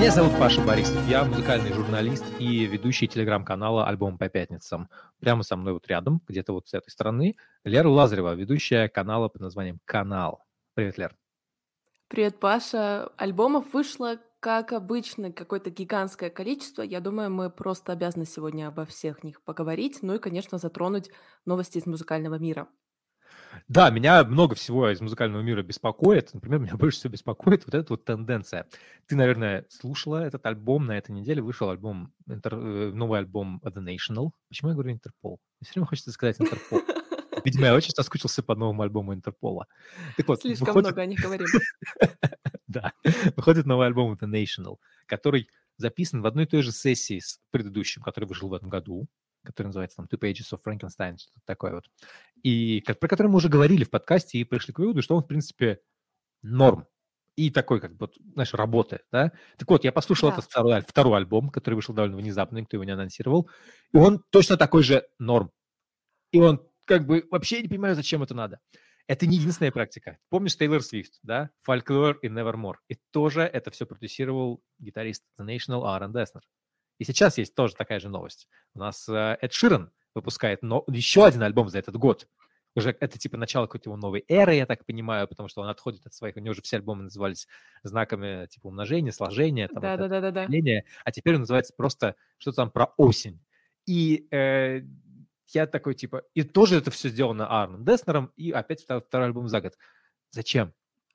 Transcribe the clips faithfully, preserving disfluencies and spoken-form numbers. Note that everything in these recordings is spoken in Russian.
Меня зовут Паша Борисов, я музыкальный журналист и ведущий телеграм-канала «Альбом по пятницам». Прямо со мной вот рядом, где-то вот с этой стороны, Лера Лазарева, ведущая канала под названием «Канал». Привет, Лер. Привет, Паша. Альбомов вышло, как обычно, какое-то гигантское количество. Я думаю, мы просто обязаны сегодня обо всех них поговорить, ну и, конечно, затронуть новости из музыкального мира. Да, меня много всего из музыкального мира беспокоит. Например, меня больше всего беспокоит вот эта вот тенденция. Ты, наверное, слушала этот альбом. На этой неделе вышел альбом, интер- э, новый альбом The National. Почему я говорю Интерпол? Мне все время хочется сказать Интерпол. Видимо, я очень соскучился по новому альбому Интерпола. Так вот, Слишком выходит... много о них говорим. Да, выходит новый альбом The National, который записан в одной и той же сессии с предыдущим, который вышел в этом году, который называется там Two Pages of Frankenstein, что-то такое вот. И как, про который мы уже говорили в подкасте и пришли к выводу, что он, в принципе, норм. И такой, как бы, вот, знаешь, работает, да? Так вот, я послушал Да. этот второй, второй альбом, который вышел довольно внезапно, никто его не анонсировал, и он точно такой же норм. И он, как бы, вообще не понимаю, зачем это надо. Это не единственная практика. Помнишь Тейлор Свифт, да? Folklore и Nevermore. И тоже это все продюсировал гитарист The National Аарон Деснер. И сейчас есть тоже такая же новость. У нас э, Эд Ширан выпускает но... еще один альбом за этот год. Уже это типа начало какой-то его новой эры, я так понимаю, потому что он отходит от своих... У него уже все альбомы назывались знаками типа умножения, сложения, там, вот это, Да-да-да-да-да. деления, а теперь он называется просто что-то там про осень. И э, я такой, типа, и тоже это все сделано Аароном Деснером, и опять второй, второй альбом за год. Зачем?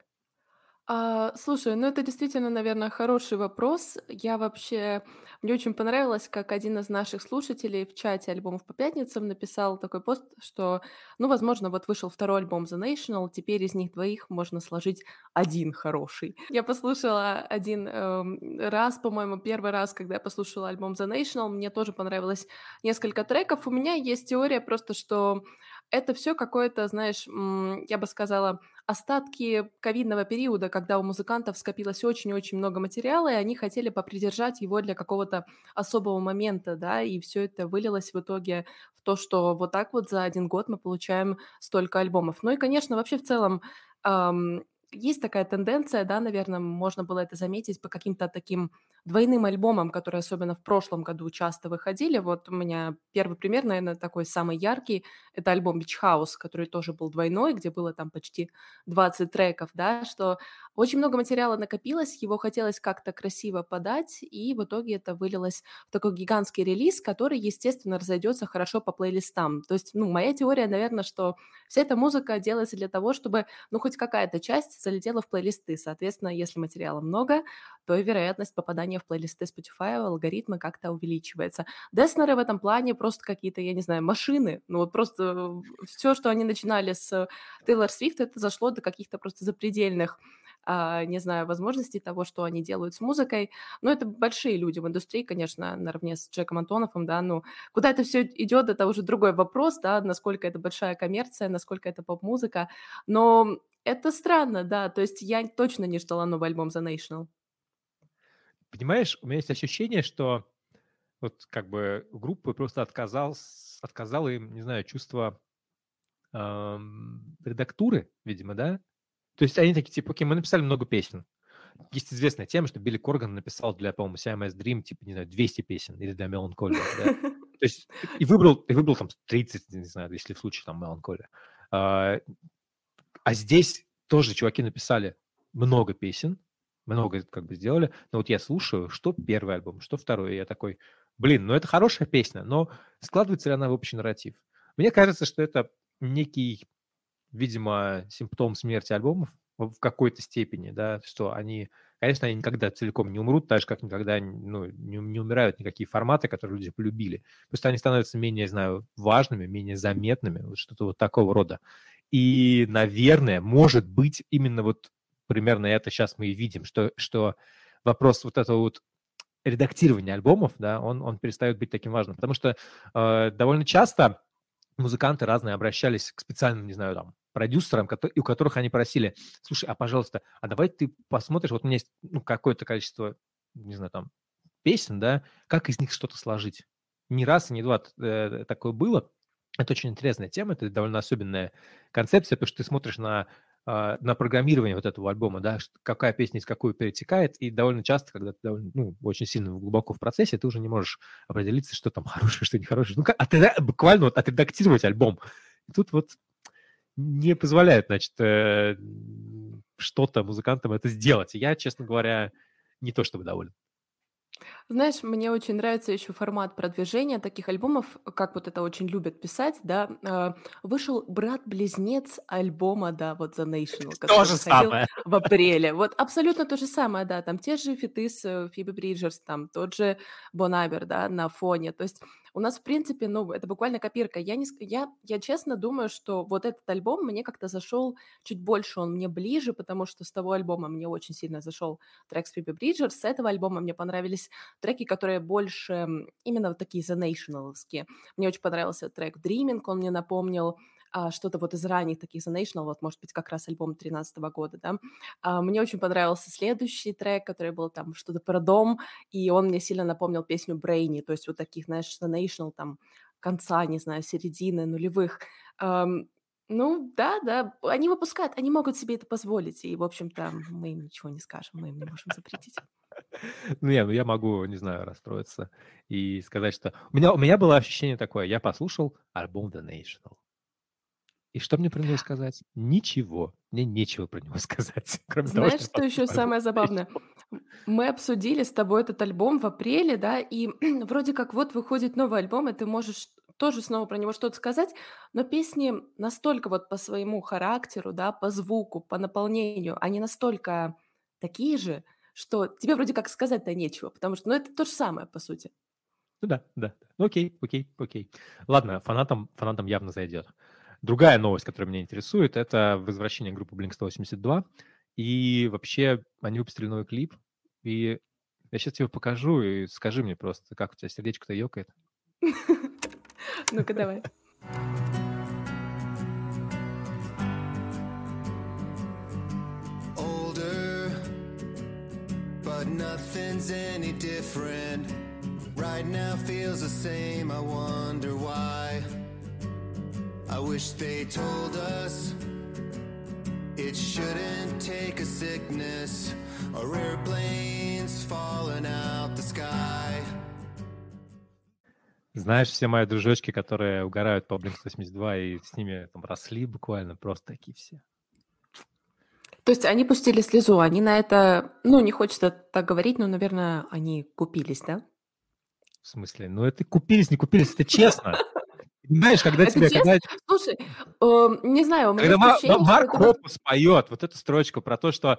А, слушай, ну это действительно, наверное, хороший вопрос. Я вообще мне очень понравилось, как один из наших слушателей в чате альбомов по пятницам написал такой пост, что, ну, возможно, вот вышел второй альбом The National, теперь из них двоих можно сложить один хороший. Я послушала один эм, раз, по-моему, первый раз, когда я послушала альбом The National, мне тоже понравилось несколько треков. У меня есть теория просто, что это все какое-то, знаешь, м, я бы сказала, остатки ковидного периода, когда у музыкантов скопилось очень-очень много материала, и они хотели попридержать его для какого-то особого момента, да, и все это вылилось в итоге в то, что вот так вот за один год мы получаем столько альбомов. Ну и, конечно, вообще в целом, ам, есть такая тенденция, да, наверное, можно было это заметить по каким-то таким двойным альбомам, которые особенно в прошлом году часто выходили. Вот у меня первый пример, наверное, такой самый яркий — это альбом Beach House, который тоже был двойной, где было там почти двадцать треков, да, что очень много материала накопилось, его хотелось как-то красиво подать, и в итоге это вылилось в такой гигантский релиз, который, естественно, разойдется хорошо по плейлистам. То есть, ну, моя теория, наверное, что вся эта музыка делается для того, чтобы, ну, хоть какая-то часть залетела в плейлисты. Соответственно, если материала много, то и вероятность попадания в плейлисты Spotify, алгоритмы как-то увеличивается. Деснеры в этом плане просто какие-то, я не знаю, машины. Ну, вот просто все, что они начинали с Тейлор Свифт, это зашло до каких-то просто запредельных, а, не знаю, возможностей того, что они делают с музыкой. Но это большие люди в индустрии, конечно, наравне с Джеком Антоноффом, да, ну, куда это все идет, это уже другой вопрос, да, насколько это большая коммерция, насколько это поп-музыка, но это странно, да, то есть я точно не ждала новый альбом The National. Понимаешь, у меня есть ощущение, что вот как бы группа просто отказал, отказала им, не знаю, чувство ам, редактуры, видимо, да? То есть они такие, типа, окей, мы написали много песен. Есть известная тема, что Билли Корган написал для, по-моему, си эм эс Dream, типа, не знаю, двести песен, или для Меланхолия, да? То есть и выбрал, и выбрал там тридцать, не знаю, если в случае там Меланхолия. А, а здесь тоже чуваки написали много песен, много как бы сделали, но вот я слушаю, что первый альбом, что второй, и я такой, блин, ну это хорошая песня, но складывается ли она в общий нарратив? Мне кажется, что это некий, видимо, симптом смерти альбомов в в какой-то степени, да, что они, конечно, они никогда целиком не умрут, так же, как никогда ну, не, не умирают никакие форматы, которые люди полюбили. Просто они становятся менее, знаю, важными, менее заметными, вот что-то вот такого рода. И, наверное, может быть, именно вот примерно это сейчас мы и видим, что, что вопрос вот этого вот редактирования альбомов, да, он, он перестает быть таким важным. Потому что э, довольно часто музыканты разные обращались к специальным, не знаю, там, продюсерам, у которых они просили, слушай, а, пожалуйста, а давай ты посмотришь, вот у меня есть ну, какое-то количество, не знаю, там, песен, да, как из них что-то сложить. Не раз и не два э, такое было. Это очень интересная тема, это довольно особенная концепция, потому что ты смотришь на а, на программирование вот этого альбома, да, ш- какая песня из какую перетекает, и довольно часто, когда ты довольно, ну, очень сильно глубоко в процессе, ты уже не можешь определиться, что там хорошее, что нехорошее. Ну, как, отре- буквально вот отредактировать альбом. И тут вот не позволяет, значит, э, м, что-то музыкантам это сделать. И я, честно говоря, не то чтобы доволен. Знаешь, мне очень нравится еще формат продвижения таких альбомов, как вот это очень любят писать, да. А, Вышел брат-близнец альбома, да, вот The National, То который же выходил самое. в апреле. Вот абсолютно то же самое, да, там те же фиты с э, Фиби Бриджерс, там тот же Бон Айвер, да, на фоне. То есть у нас, в принципе, ну, это буквально копирка. Я, не, ск- я, я честно думаю, что вот этот альбом мне как-то зашел чуть больше, он мне ближе, потому что с того альбома мне очень сильно зашел трек с Фиби Бриджерс, с этого альбома мне понравились треки, которые больше, м, именно вот такие The National'овские. Мне очень понравился трек Dreaming, он мне напомнил а, что-то вот из ранних таких The National, вот, может быть, как раз альбом тринадцатого года, да. А, мне очень понравился следующий трек, который был там что-то про дом, и он мне сильно напомнил песню Brainy, то есть вот таких, знаешь, The National там конца, не знаю, середины нулевых. Ам, ну да, да, они выпускают, они могут себе это позволить, и, в общем-то, мы им ничего не скажем, мы им не можем запретить. Ну, не, ну я могу, не знаю, расстроиться и сказать, что... У меня, у меня было ощущение такое, я послушал альбом The National. И что мне про него сказать? Ничего. Мне нечего про него сказать, кроме того, Знаешь, что я что послушал еще альбом самое The забавное? National. М, Мы обсудили с тобой этот альбом в апреле, да, и вроде как вот выходит новый альбом, и ты можешь тоже снова про него что-то сказать, но песни настолько вот по своему характеру, да, по звуку, по наполнению, они настолько такие же, что тебе вроде как сказать-то нечего, потому что, ну, это то же самое, по сути. Ну да, да. Ну окей, окей, окей. Ладно, фанатам, фанатам явно зайдет. Другая новость, которая меня интересует, это возвращение группы блинк сто восемьдесят два. И вообще они выпустили новый клип. И я сейчас тебе покажу, и скажи мне просто, как у тебя сердечко-то ёкает. Ну-ка, давай. Older, but nothing's any different. Right now feels the same, I wonder why. I wish they told us it shouldn't take a sickness or airplanes falling out the sky. Знаешь, все мои дружочки, которые угорают по блинк сто восемьдесят два и с ними там росли буквально, просто такие все. То есть они пустили слезу, они на это, ну, не хочется так говорить, но, наверное, они купились, да? В смысле? Ну это купились, не купились, это честно. Понимаешь, когда Это тебе, честно? когда Слушай, эм, не знаю, у меня Когда есть Ма- Ма- ощущение, что Марк это вот Хоппус поет вот эту строчку про то, что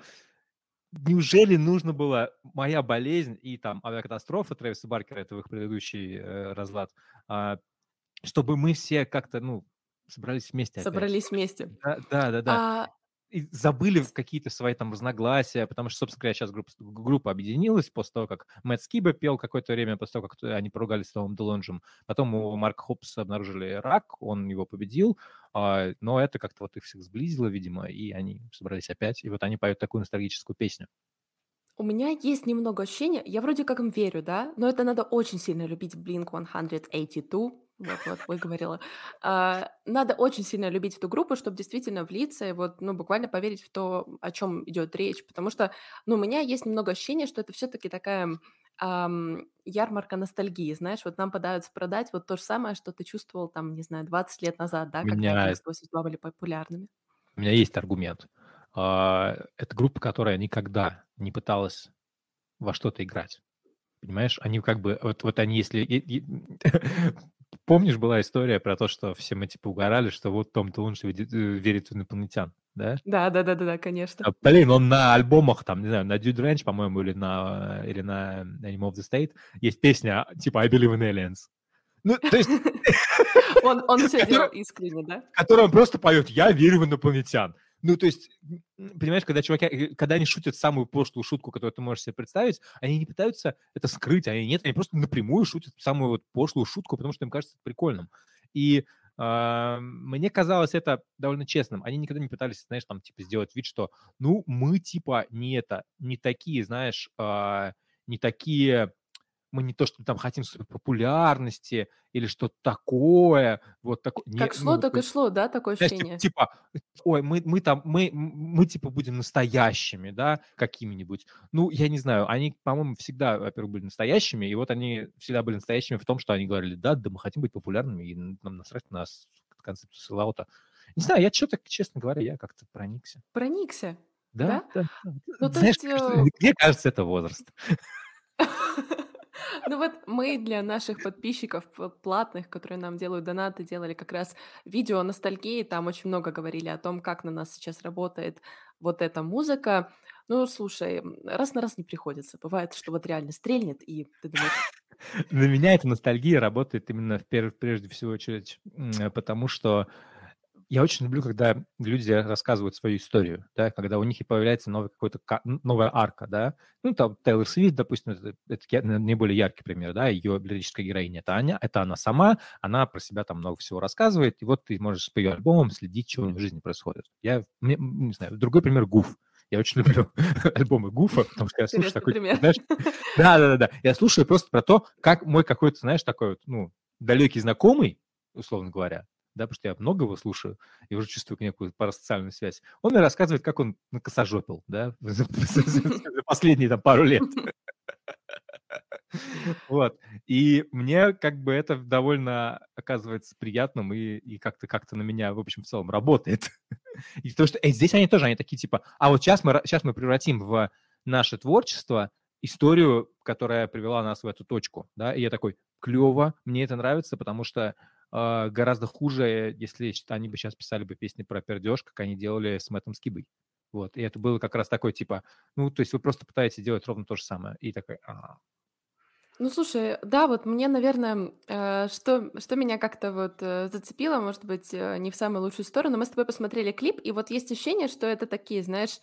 неужели нужно было моя болезнь и там авиакатастрофа Трэвиса Баркера, это в их предыдущий э, разлад, а, чтобы мы все как-то, ну, собрались вместе опять. собрались вместе. Да, да, да, да. А, И забыли какие-то свои там разногласия, потому что, собственно говоря, сейчас группа, группа объединилась после того, как Мэтт Скиба пел какое-то время, после того, как они поругались с Томом Делонджем. Потом у Марка Хопса обнаружили рак, он его победил, а, но это как-то вот их всех сблизило, видимо, и они собрались опять, и вот они поют такую ностальгическую песню. у меня есть немного ощущения, я вроде как им верю, да, но это надо очень сильно любить блинк сто восемьдесят два, вот-вот, выговорила. А, надо очень сильно любить эту группу, чтобы действительно влиться и вот, ну, буквально поверить в то, о чем идет речь, потому что, ну, у меня есть немного ощущения, что это все-таки такая ам, ярмарка ностальгии, знаешь, вот нам пытаются продать вот то же самое, что ты чувствовал там, не знаю, двадцать лет назад, да, У когда меня, блинк сто восемьдесят два были популярными. у меня есть аргумент. А, это группа, которая никогда не пыталась во что-то играть. Понимаешь, они как бы, вот, вот они, если... и- и- Помнишь, была история про то, что все мы типа угорали, что вот Том Толунш верит верит в инопланетян, да? Да, да, да, да, да, конечно. А, блин, он на альбомах, там, не знаю, на Dude Ranch, по-моему, или на, или на Animal of the State есть песня типа I Believe in Aliens. Ну, то есть, Он, он все делал которая, искренне, да? которая он просто поет «Я верю в инопланетян». Ну, то есть, м, понимаешь, когда чуваки, э, когда они шутят самую пошлую шутку, которую ты можешь себе представить, они не пытаются это скрыть, они нет, они просто напрямую шутят самую вот пошлую шутку, потому что им кажется это прикольным. И а, мне казалось это довольно честным. Они никогда не пытались, знаешь, там, типа, сделать вид, что, ну, мы, типа, не это, не такие, знаешь, а, не такие мы не то, что там хотим популярности или что-то такое, вот такое. Не, Как шло, ну, так и шло, да, такое знаешь, типа, ощущение? типа, ой, мы, мы там, мы, мы типа будем настоящими, да, какими-нибудь. Ну, я не знаю, они, по-моему, всегда, во-первых, были настоящими, и вот они всегда были настоящими в том, что они говорили, да, да, мы хотим быть популярными, и нам насрать на нас концепцию селлаута. Не знаю, я что-то, честно говоря, я как-то проникся. Проникся, Да, да? да, да. Ну, то Знаешь, есть... э, мне кажется, это возраст. Ну вот мы для наших подписчиков п- платных, которые нам делают донаты, делали как раз видео о ностальгии, там очень много говорили о том, как на нас сейчас работает вот эта музыка. Ну, слушай, м, раз на раз не приходится. Бывает, что вот реально стрельнет, и ты думаешь, На меня эта ностальгия работает именно в пер- прежде всего очередь, м, потому что я очень люблю, когда люди рассказывают свою историю, да, когда у них и появляется новый какой-то ка- н- новая арка, да. Ну, там Тейлор Свифт, допустим, это, это я- наиболее яркий пример, да, ее лирическая героиня, это Аня, это она сама, она про себя там много всего рассказывает, и вот ты можешь по ее альбомам следить, что у нее в жизни происходит. Я, мне, м, не знаю, другой пример Гуф. Я очень люблю альбомы Гуфа, потому что я слушаю интересный такой, пример. знаешь, да-да-да, я слушаю просто про то, как мой какой-то, знаешь, такой вот, ну, далекий знакомый, условно говоря, да, потому что я много его слушаю, и уже чувствую некую парасоциальную связь. Он мне рассказывает, как он накосожопил, да, за, за- за- за последние там пару лет. Вот. И мне как бы это довольно оказывается приятным и, и как-то как-то на меня, в общем, в целом работает. И то, что э, здесь они тоже, они такие типа, а вот сейчас мы, ра- сейчас мы превратим в наше творчество историю, которая привела нас в эту точку, да, и я такой, клево, мне это нравится, потому что э, гораздо хуже, если они бы сейчас писали бы песни про пердеж, как они делали с Мэттом Скибой. Вот, и это было как раз такой, типа, ну, то есть вы просто пытаетесь делать ровно то же самое. И такой, ага. Ну, слушай, да, вот мне, наверное, э, что, что меня как-то вот э, зацепило, может быть, э, не в самую лучшую сторону. Мы с тобой посмотрели клип, и вот есть ощущение, что это такие, знаешь,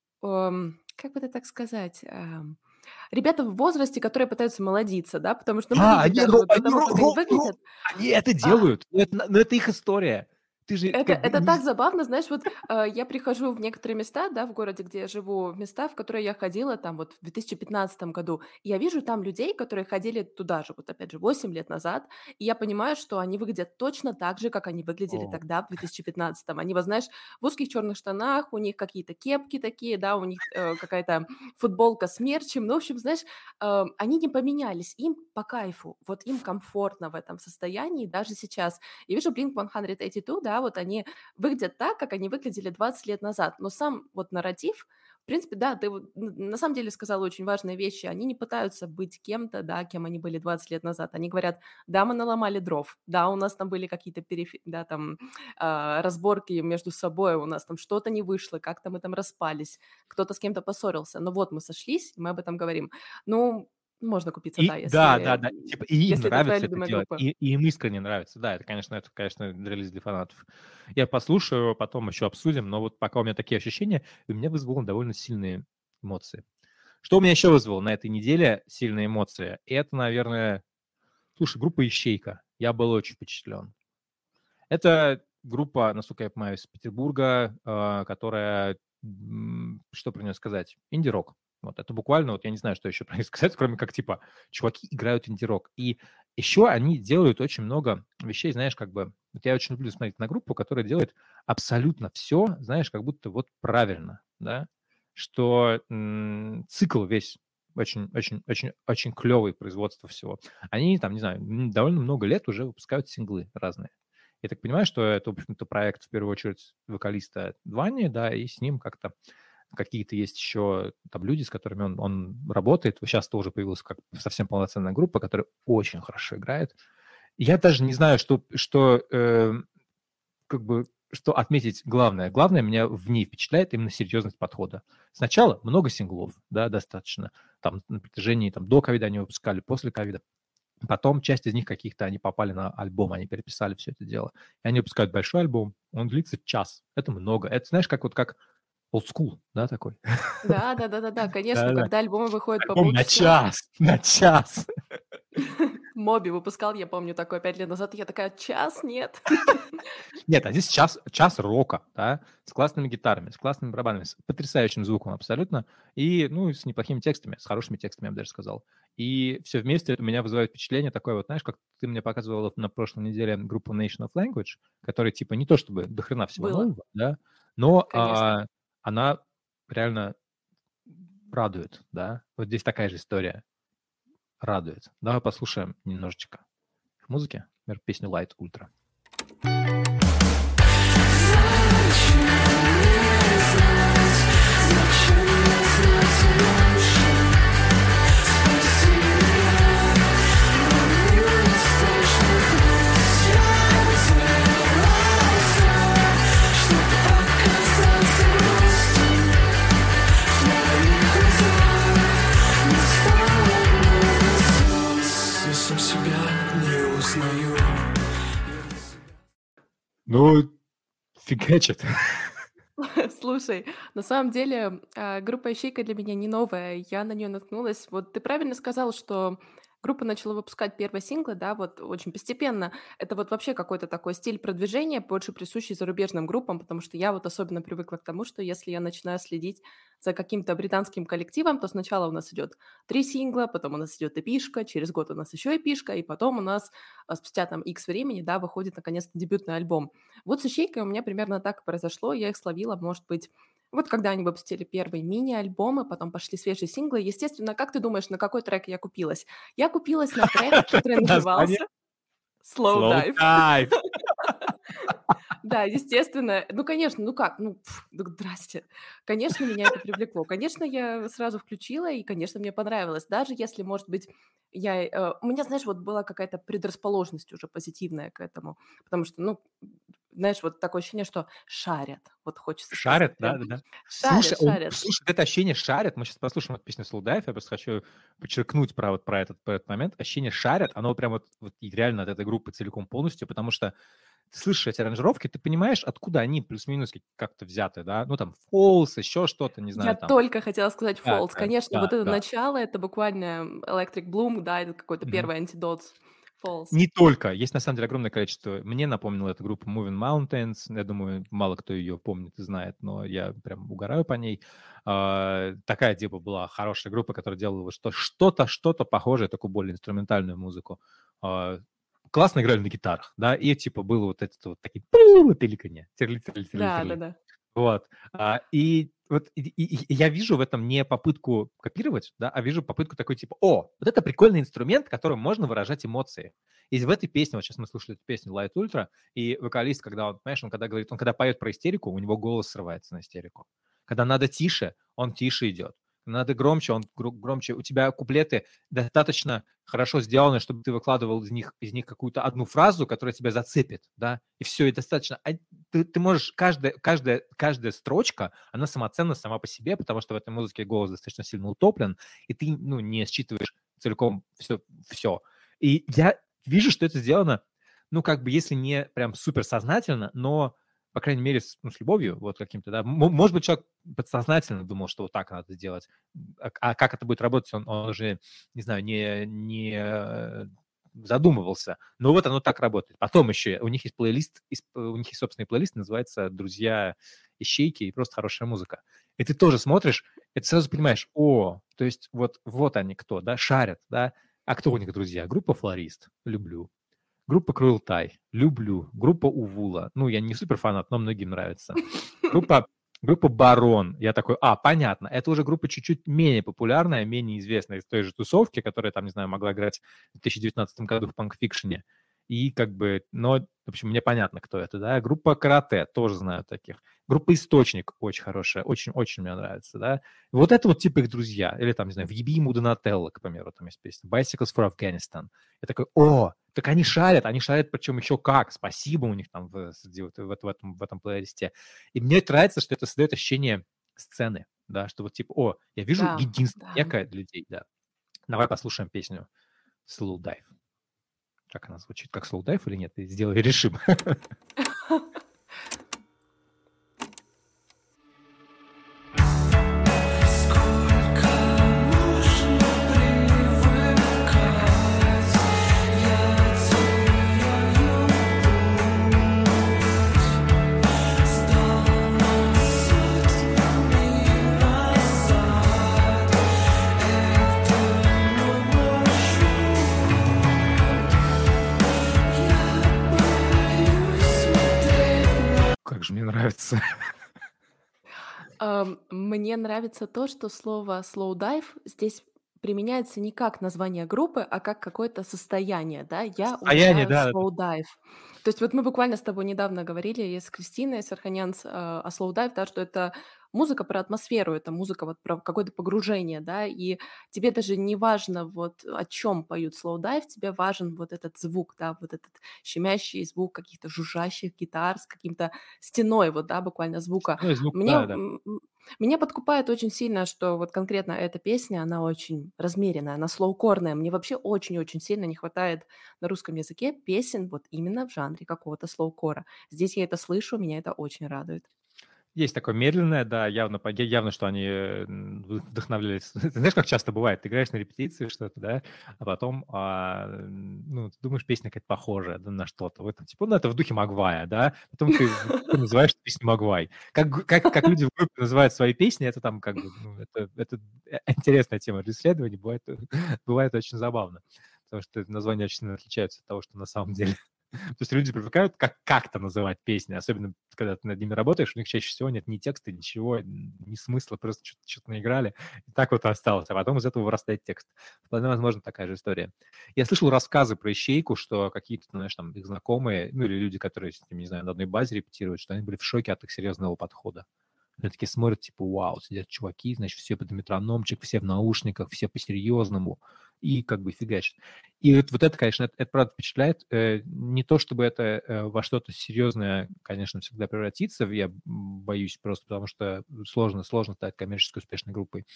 эм, как бы это так сказать, эм, ребята в возрасте, которые пытаются молодиться, да, потому что, ну, А, выглядеть они, даже ро- вот по они, тому, ро- как они ро- ро- выглядят. они это а, делают. Ну, это, ну, это их история. Ты же Это, как бы... это не так з- забавно, знаешь, вот э, я прихожу в некоторые места, да, в городе, где я живу, в места, в которые я ходила там вот в две тысячи пятнадцатом году, и я вижу там людей, которые ходили туда же, вот опять же, восемь лет назад, и я понимаю, что они выглядят точно так же, как они выглядели О, тогда, в две тысячи пятнадцатом. Они, вот знаешь, в узких черных штанах, у них какие-то кепки такие, да, у них э, какая-то футболка с мерчем, ну, в общем, знаешь, э, они не поменялись, им по кайфу, вот им комфортно в этом состоянии даже сейчас. Я вижу блинк сто восемьдесят два, да, вот они выглядят так, как они выглядели двадцать лет назад. Но сам вот нарратив, в принципе, да, ты вот н- на самом деле сказала очень важные вещи. Они не пытаются быть кем-то, да, кем они были двадцать лет назад. Они говорят, да, мы наломали дров, да, у нас там были какие-то перефи- да, там, а, разборки между собой, у нас там что-то не вышло, как-то мы там распались, кто-то с кем-то поссорился. Но вот мы сошлись, и мы об этом говорим. Ну, можно купиться, да, и да, да, если, да. Типа, и им если это твоя нравится это любимая делать, группа. и, и им искренне нравится. Да, это, конечно, это, конечно, релиз для фанатов. Я послушаю, потом еще обсудим, но вот пока у меня такие ощущения, у меня вызвало довольно сильные эмоции. Что у меня еще вызвало на этой неделе сильные эмоции? Это, наверное, слушай, группа «Ищейка». Я был очень впечатлен. Это группа, насколько я понимаю, из Петербурга, э, которая, м, что про нее сказать, инди-рок. Вот это буквально, вот я не знаю, что еще про них сказать, кроме как, типа, чуваки играют инди-рок. И еще они делают очень много вещей, знаешь, как бы, вот я очень люблю смотреть на группу, которая делает абсолютно все, знаешь, как будто вот правильно, да, что м, цикл весь очень, очень, очень, очень клевый производство всего. Они там, не знаю, м, довольно много лет уже выпускают синглы разные. Я так понимаю, что это, в общем-то, проект, в первую очередь, вокалиста Вани, да, и с ним как-то какие-то есть еще там люди, с которыми он, он работает. Сейчас тоже появилась как совсем полноценная группа, которая очень хорошо играет. И я даже не знаю, что, что э, как бы, что отметить главное. Главное меня в ней впечатляет именно серьезность подхода. Сначала много синглов, да, достаточно. Там на протяжении, там, до ковида они выпускали, после ковида. Потом часть из них каких-то, они попали на альбом, они переписали все это дело. И они выпускают большой альбом, он длится час. Это много. Это, знаешь, как вот как old school, да, такой? Да, да, да, да, да, конечно, Да-да. когда альбомы выходят по Альбом на полчаса. час, на час. Моби выпускал, я помню, такое пять лет назад. Я такая, час? Нет. Нет, а здесь час, час рока, да, с классными гитарами, с классными барабанами, с потрясающим звуком абсолютно, и, ну, с неплохими текстами, с хорошими текстами, я бы даже сказал. И все вместе это у меня вызывает впечатление такое вот, знаешь, как ты мне показывала на прошлой неделе группу Nation of Language, которая типа не то чтобы до хрена всего Было. нового, да, но Конечно. а, она реально радует, да. Вот здесь такая же история. Радует. Давай послушаем немножечко их музыки. Например, песню Light Ultra. Ну, фигачит. Слушай, на самом деле, а, группа «Ищейка» для меня не новая. Я на нее наткнулась. Вот ты правильно сказал, что группа начала выпускать первые синглы, да, вот очень постепенно. Это вот вообще какой-то такой стиль продвижения, больше присущий зарубежным группам, потому что я вот особенно привыкла к тому, что если я начинаю следить за каким-то британским коллективом, то сначала у нас идет три сингла, потом у нас идет эпишка, через год у нас еще эпишка, и потом у нас а, спустя там X времени, да, выходит наконец-то дебютный альбом. Вот с «Ищейкой» у меня примерно так и произошло. Я их словила, может быть, вот когда они выпустили первые мини-альбомы, потом пошли свежие синглы. Естественно, как ты думаешь, на какой трек я купилась? Я купилась на трек, который Название? назывался Slow Slow Dive. Dive. Да, естественно. Ну, конечно, ну как? Ну, пф, ну, здрасте. Конечно, меня это привлекло. Конечно, я сразу включила, и, конечно, мне понравилось. Даже если, может быть, я... э, у меня, знаешь, вот была какая-то предрасположенность уже позитивная к этому. Потому что, ну, знаешь, вот такое ощущение, что шарят. Вот хочется Шарят, сказать прям. да, да, да. Шарят, Слушай, он- шарят. слушай, это ощущение шарят. Мы сейчас послушаем эту песню Slow Dive. Я просто хочу подчеркнуть про, вот, про, этот, про этот момент. Ощущение шарят, оно прям вот, вот и реально от этой группы целиком полностью, потому что ты слышишь эти аранжировки, ты понимаешь, откуда они плюс-минус как- как-то взяты, да? Ну, там, Falls, еще что-то, не Я знаю, там. только хотела сказать Да, Falls. да, Конечно, да, вот это да. начало, это буквально Electric Bloom, да, это какой-то Мгм. первый антидот Falls. Не только. Есть, на самом деле, огромное количество. Мне напомнила эта группа Moving Mountains. Я думаю, мало кто ее помнит и знает, но я прям угораю по ней. А, такая, типа, была хорошая группа, которая делала вот что- что-то, что-то похожее, такую более инструментальную музыку. А, классно играли на гитарах, да, и, типа, было вот это вот такие пиликанье. Терли, терли, терли, Да, терли. да, да. Вот. А, и вот и, и- и я вижу в этом не попытку копировать, да, а вижу попытку такой типа, о, вот это прикольный инструмент, которым можно выражать эмоции. И в этой песне, вот сейчас мы слушали эту песню Light Ultra, и вокалист, когда он, понимаешь, он когда говорит, он когда поет про истерику, у него голос срывается на истерику. Когда надо тише, он тише идет. Надо громче, он гро- громче. У тебя куплеты достаточно хорошо сделаны, чтобы ты выкладывал из них, из них какую-то одну фразу, которая тебя зацепит, да, и все, и достаточно. А ты, ты можешь, каждая, каждая, каждая строчка, она самоценна сама по себе, потому что в этой музыке голос достаточно сильно утоплен, и ты, ну, не считываешь целиком все, все. И я вижу, что это сделано, ну, как бы, если не прям супер сознательно, но, по крайней мере, с, ну, с любовью, вот каким-то, да. М- может быть, человек подсознательно думал, что вот так надо сделать, а, а как это будет работать, он, он уже, не знаю, не, не э, задумывался. Но вот оно так работает. Потом еще у них есть плейлист, из- у них есть собственный плейлист, называется «Друзья Ищейки» и просто хорошая музыка. И ты тоже смотришь, и ты сразу понимаешь, о, то есть вот, вот они кто, да, шарят, да. А кто у них друзья? Группа «Флорист», люблю. Группа Крылтай, люблю. Группа Увула, ну, я не супер фанат, но многим нравится. Группа, группа Барон, я такой, а, понятно, это уже группа чуть-чуть менее популярная, менее известная из той же тусовки, которая там, не знаю, могла играть в две тысячи девятнадцатом году в панк-фикшене. И как бы, но, в общем, мне понятно, кто это, да. Группа Карате, тоже знаю таких. Группа Источник, очень хорошая, очень-очень мне нравится, да. Вот это вот типа их друзья. Или там, не знаю, «Въеби ему Донателло», к примеру, там есть песня. «Bicycles for Afghanistan». Я такой, о, так они шарят, они шарят, причем еще как. Спасибо у них там в, среди вот в, в этом, в этом плейлисте. И мне нравится, что это создает ощущение сцены, да, что вот типа, о, я вижу Да, единство да. некое для людей, да. Давай послушаем песню Slow Dive. Как она звучит? Как Slow Dive или нет? И сделай решим. Сколько можно привыкать? же мне нравится. Ам, Мне нравится то, что слово slow dive здесь применяется не как название группы, а как какое-то состояние, да. Я Состояние, улетаю в да, да. slow dive. То есть вот мы буквально с тобой недавно говорили и с Кристиной Сарханян с, а, о slow dive, да, что это музыка про атмосферу, это музыка вот про какое-то погружение, да, и тебе даже не важно вот о чем поют slow dive, тебе важен вот этот звук, да, вот этот щемящий звук каких-то жужжащих гитар с каким-то стеной вот, да, буквально звука. Ну и звук, Мне, да, да. м, м, меня подкупает очень сильно, что вот конкретно эта песня, она очень размеренная, она слоукорная. Мне вообще очень-очень сильно не хватает на русском языке песен вот именно в жанре какого-то слоукора. Здесь я это слышу, меня это очень радует. Есть такое медленное, да, явно, по- явно, что они э, м, вы- вдохновлялись. Ты знаешь, как часто бывает, ты играешь на репетиции что-то, да, а потом, а, м, ну, ты думаешь, песня какая-то похожая да, на что-то. В этом, типа, ну, это в духе Магвая, да, потом ты в группе называешь песню Магвай. Как, г- как, как люди в группе называют свои песни, это там как бы, ну, это, это э, интересная тема для исследований, бывает, бывает очень забавно, потому что названия очень сильно отличаются от того, что на самом деле. То есть люди привыкают как- как-то называть песни, особенно когда ты над ними работаешь, у них чаще всего нет ни текста, ничего, н- ни смысла, просто что-то, что-то наиграли, и так вот и осталось, а потом из этого вырастает текст. Вполне возможно такая же история. Я слышал рассказы про Ищейку, что какие-то, знаешь, там их знакомые, ну или люди, которые, с ними, не знаю, на одной базе репетируют, что они были в шоке от их серьезного подхода. Они такие смотрят, типа, вау, сидят чуваки, значит, все под метрономчик, все в наушниках, все по-серьезному, и как бы фигачат. И вот, вот это, конечно, это, это правда впечатляет. Э, не то, чтобы это э, во что-то серьезное, конечно, всегда превратится, я боюсь просто, потому что сложно, сложно стать коммерчески успешной группой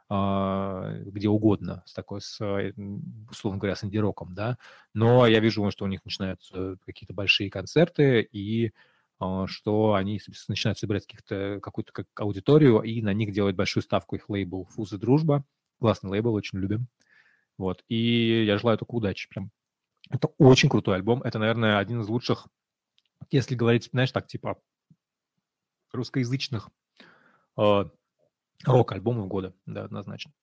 а, где угодно, с такой, с, э, м, условно говоря, с инди-роком, да. Но я вижу, что у них начинаются какие-то большие концерты, и а, что они с- начинают собирать каких-то, какую-то как аудиторию, и на них делают большую ставку их лейбл «Фуз и дружба». Классный лейбл, очень любим. Вот. И я желаю только удачи. Прям. Это очень крутой альбом. Это, наверное, один из лучших, если говорить, знаешь, так, типа русскоязычных э, рок-альбомов года. Да, однозначно.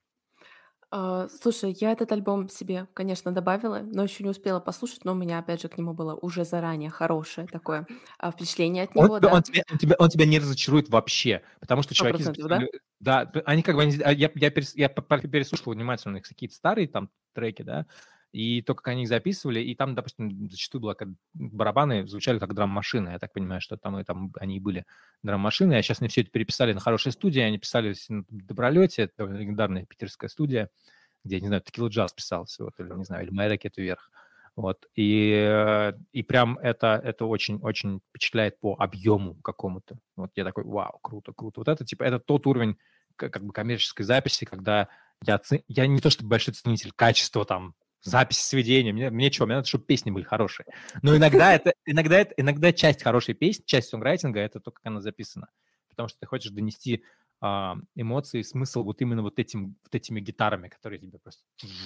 А, Слушай, я этот альбом себе, конечно, добавила, но еще не успела послушать, но у меня, опять же, к нему было уже заранее хорошее такое а, впечатление от Он, него, тебя- он, да, тебя, он, тебя, он тебя не разочарует вообще, потому что сто чуваки процентов, да? записали... Да, п- они как бы... они- а Я, я, перес- я п- п- переслушивал внимательно их какие-то старые там треки, да, и то, как они их записывали, и там, допустим, зачастую было, как барабаны звучали как драм-машины. Я так понимаю, что там, и там они и были драм-машины. А сейчас они все это переписали на хорошей студии, они писали на Добролете, это довольно легендарная питерская студия, где, не знаю, Текила Джаз писался, вот, или, не знаю, или «Моя ракета вверх». Вот. И, э, и прям это, это очень-очень впечатляет по объему какому-то. Вот я такой, вау, круто, круто. Вот это, типа, это тот уровень к- как бы коммерческой записи, когда я, ци- я не то чтобы большой ценитель качества там, записи, сведения, мне, мне что, мне надо, чтобы песни были хорошие. Но иногда это, иногда это, иногда часть хорошей песни, часть сонграйтинга, это то, как она записана. Потому что ты хочешь донести а, эмоции, смысл вот именно вот, этим, вот этими гитарами, которые тебе просто...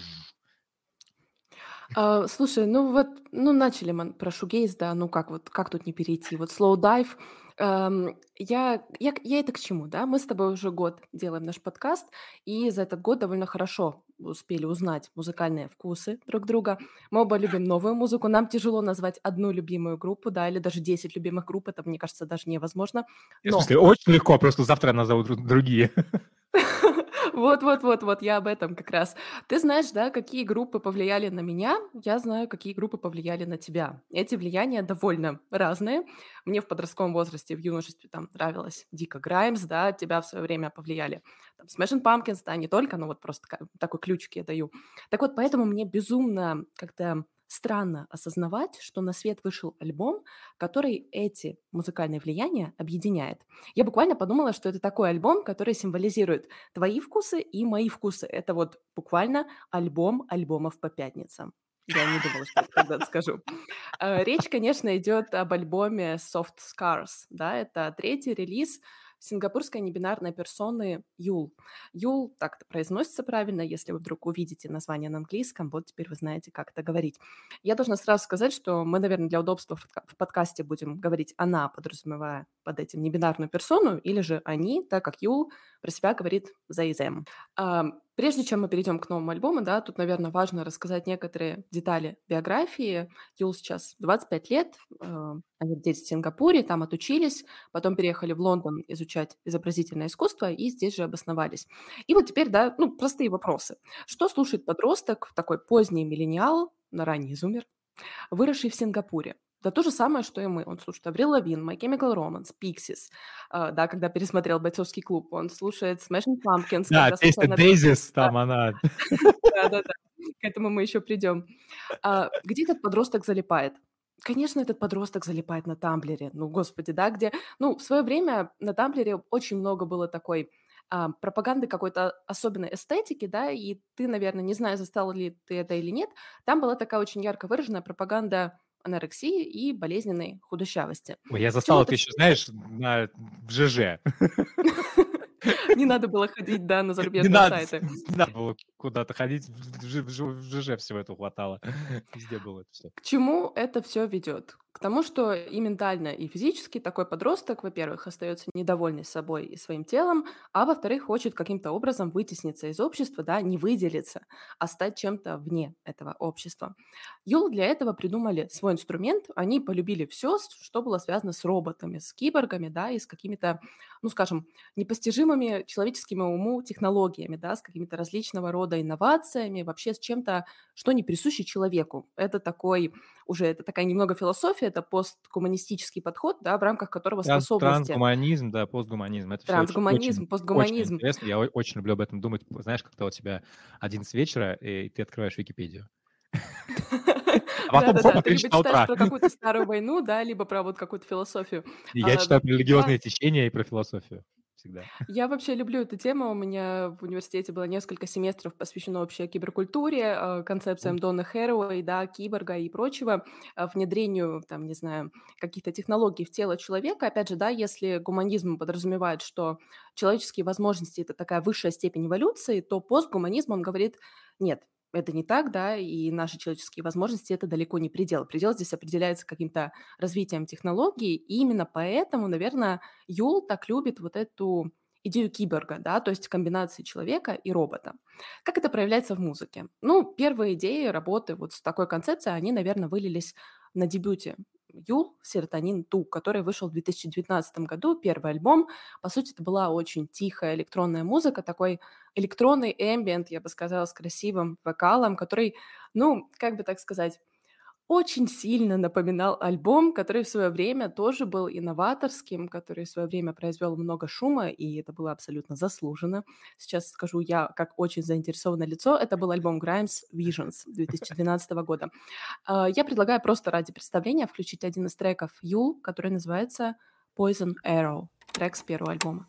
А, слушай, ну вот, ну начали мы про шугейз, да, ну как вот, как тут не перейти? Вот slow dive. эм, я, я, к- я это к чему, да? Мы с тобой уже год делаем наш подкаст, и за этот год довольно хорошо успели узнать музыкальные вкусы друг друга. Мы оба любим новую музыку, нам тяжело назвать одну любимую группу, да, или даже десять любимых групп, это, мне кажется, даже невозможно. В Но смысле, очень легко, просто завтра я назову дру- другие. вот вот вот вот, я об этом как раз. Ты знаешь, да, какие группы повлияли на меня, я знаю, какие группы повлияли на тебя. Эти влияния довольно разные. Мне в подростковом возрасте, в юношестве там нравилась Дико Граймс, да, тебя в свое время повлияли там Smashing Pumpkins, да, не только, но вот просто такая- такой ключик я даю. Так вот, поэтому мне безумно как-то странно осознавать, что на свет вышел альбом, который эти музыкальные влияния объединяет. Я буквально подумала, что это такой альбом, который символизирует твои вкусы и мои вкусы. Это вот буквально альбом альбомов по пятницам. Я не думала, что это когда-то скажу. Э, Речь, конечно, идет об альбоме Soft Scars. Да, это третий релиз сингапурской небинарной персоны Юл. Юл, так это произносится правильно, если вы вдруг увидите название на английском, вот теперь вы знаете, как это говорить. Я должна сразу сказать, что мы, наверное, для удобства в подка- в подкасте будем говорить «она», подразумевая под этим небинарную персону, или же «они», так как Юл про себя говорит за и them. А, Прежде чем мы перейдем к новому альбому, да, тут, наверное, важно рассказать некоторые детали биографии. Юл сейчас двадцать пять лет, э, они здесь в Сингапуре, там отучились, потом переехали в Лондон изучать изобразительное искусство и здесь же обосновались. И вот теперь, да, ну, простые вопросы. Что слушает подросток, такой поздний миллениал, на ранний зумер, выросший в Сингапуре? Да то же самое, что и мы. Он слушает Аврил Лавин, My Chemical Romance, Pixies, э, да, когда пересмотрел «Бойцовский клуб». Он слушает Smashing Pumpkins, Да, когда Taste случайно... Daisies, там она... Да-да-да, к этому мы еще придем. А, где этот подросток залипает? Конечно, этот подросток залипает на Тамблере. Ну, господи, да, где... Ну, в свое время на Тамблере очень много было такой а, пропаганды какой-то особенной эстетики, да, и ты, наверное, не знаю, застал ли ты это или нет, там была такая очень ярко выраженная пропаганда анорексии и болезненной худощавости. Ой, я К чему застал это это еще, знаешь, на... в ЖЖ. Не надо было ходить, да, на Не зарубежные надо, сайты. не надо было куда-то ходить, в Ж- в Ж- в ЖЖ всего этого хватало. Везде было это все. К чему это все ведет? К тому, что и ментально, и физически такой подросток, во-первых, остается недовольный собой и своим телом, а во-вторых, хочет каким-то образом вытесниться из общества, да, не выделиться, а стать чем-то вне этого общества. Юл для этого придумали свой инструмент, они полюбили все, что было связано с роботами, с киборгами, да, и с какими-то, ну, скажем, непостижимыми человеческими уму технологиями, да, с какими-то различного рода инновациями, вообще с чем-то, что не присуще человеку. Это такой уже, это такая немного философия, это постгуманистический подход, да, в рамках которого Тран- способности. Трансгуманизм, да, постгуманизм. Это все очень, очень, Трансгуманизм, очень постгуманизм. интересно. Я о- очень люблю об этом думать. Знаешь, когда у тебя одиннадцать вечера, и ты открываешь Википедию. А потом хоп, Да-да-да, а ты три либо часа читаешь утра. про какую-то старую войну, да, либо про вот какую-то философию. И я А, читаю про Я религиозные течения и про философию всегда. Я вообще люблю эту тему. У меня в университете было несколько семестров посвящено вообще киберкультуре, э, концепциям М. Дона Хэруэй, да, киборга и прочего, э, внедрению, там, не знаю, каких-то технологий в тело человека. Опять же, да, если гуманизм подразумевает, что человеческие возможности — это такая высшая степень эволюции, то постгуманизм, он говорит, нет, это не так, да, и наши человеческие возможности — это далеко не предел. Предел здесь определяется каким-то развитием технологий, и именно поэтому, наверное, Юл так любит вот эту идею киборга, да, то есть комбинации человека и робота. Как это проявляется в музыке? Ну, первые идеи работы вот с такой концепцией, они, наверное, вылились на дебюте Юл «Серотонин два», который вышел в две тысячи девятнадцатом году, первый альбом. По сути, это была очень тихая электронная музыка, такой электронный эмбиент, я бы сказала, с красивым вокалом, который, ну, как бы так сказать, очень сильно напоминал альбом, который в свое время тоже был инноваторским, который в свое время произвел много шума, и это было абсолютно заслуженно. Сейчас скажу я, как очень заинтересованное лицо, это был альбом Grimes Visions две тысячи двенадцатого года. А, Я предлагаю просто ради представления включить один из треков Юл, который называется Poison Arrow, трек с первого альбома.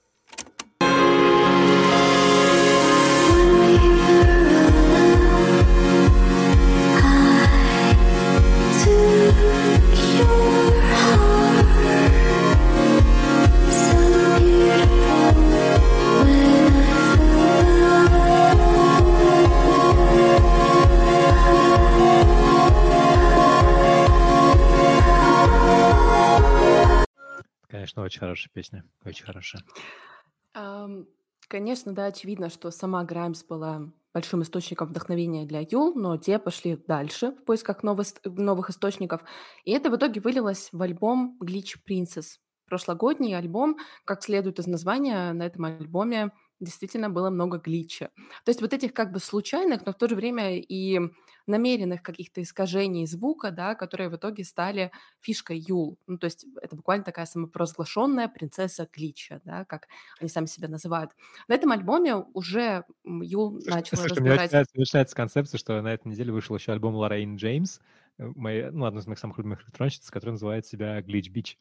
Конечно, очень хорошая песня. Очень хорошая. Ам, Конечно, да, очевидно, что сама Граймс была большим источником вдохновения для Юл, но те пошли дальше в поисках новых, новых источников. И это в итоге вылилось в альбом Glitch Princess. Прошлогодний альбом, как следует из названия, на этом альбоме действительно было много глича. То есть вот этих как бы случайных, но в то же время и намеренных каких-то искажений звука, да, которые в итоге стали фишкой Юл. Ну, то есть это буквально такая самопровозглашенная принцесса глича, да, как они сами себя называют. На этом альбоме уже м, Юл Слушай, начала слушай, у меня очень разбирать... нравится, очень нравится концепция, что на этой неделе вышел еще альбом Лоррейн Джеймс, э, моей, ну, одной из моих самых любимых электронщиц, которая называет себя Glitch Beach.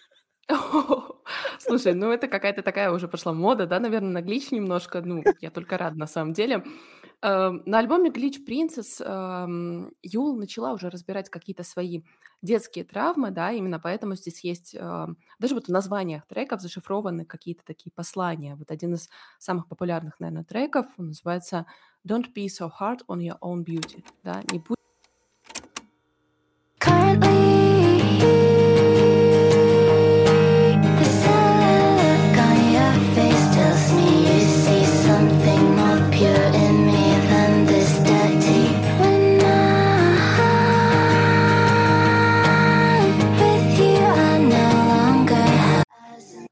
Слушай, ну это какая-то такая уже пошла мода, да, наверное, на глич немножко. Ну, я только рада на самом деле. Эм, На альбоме Glitch Princess эм, Юл начала уже разбирать какие-то свои детские травмы, да, именно поэтому здесь есть эм, даже вот в названиях треков зашифрованы какие-то такие послания. Вот один из самых популярных, наверное, треков, он называется Don't be so hard on your own beauty, да, не будь The sun on your face tells me you see something more pure.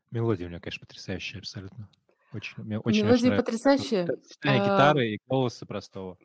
Мелодия у него, конечно, потрясающая абсолютно. Очень, мне очень, очень Мелодии нравится. потрясающие. Сочетание А, гитары и голоса простого.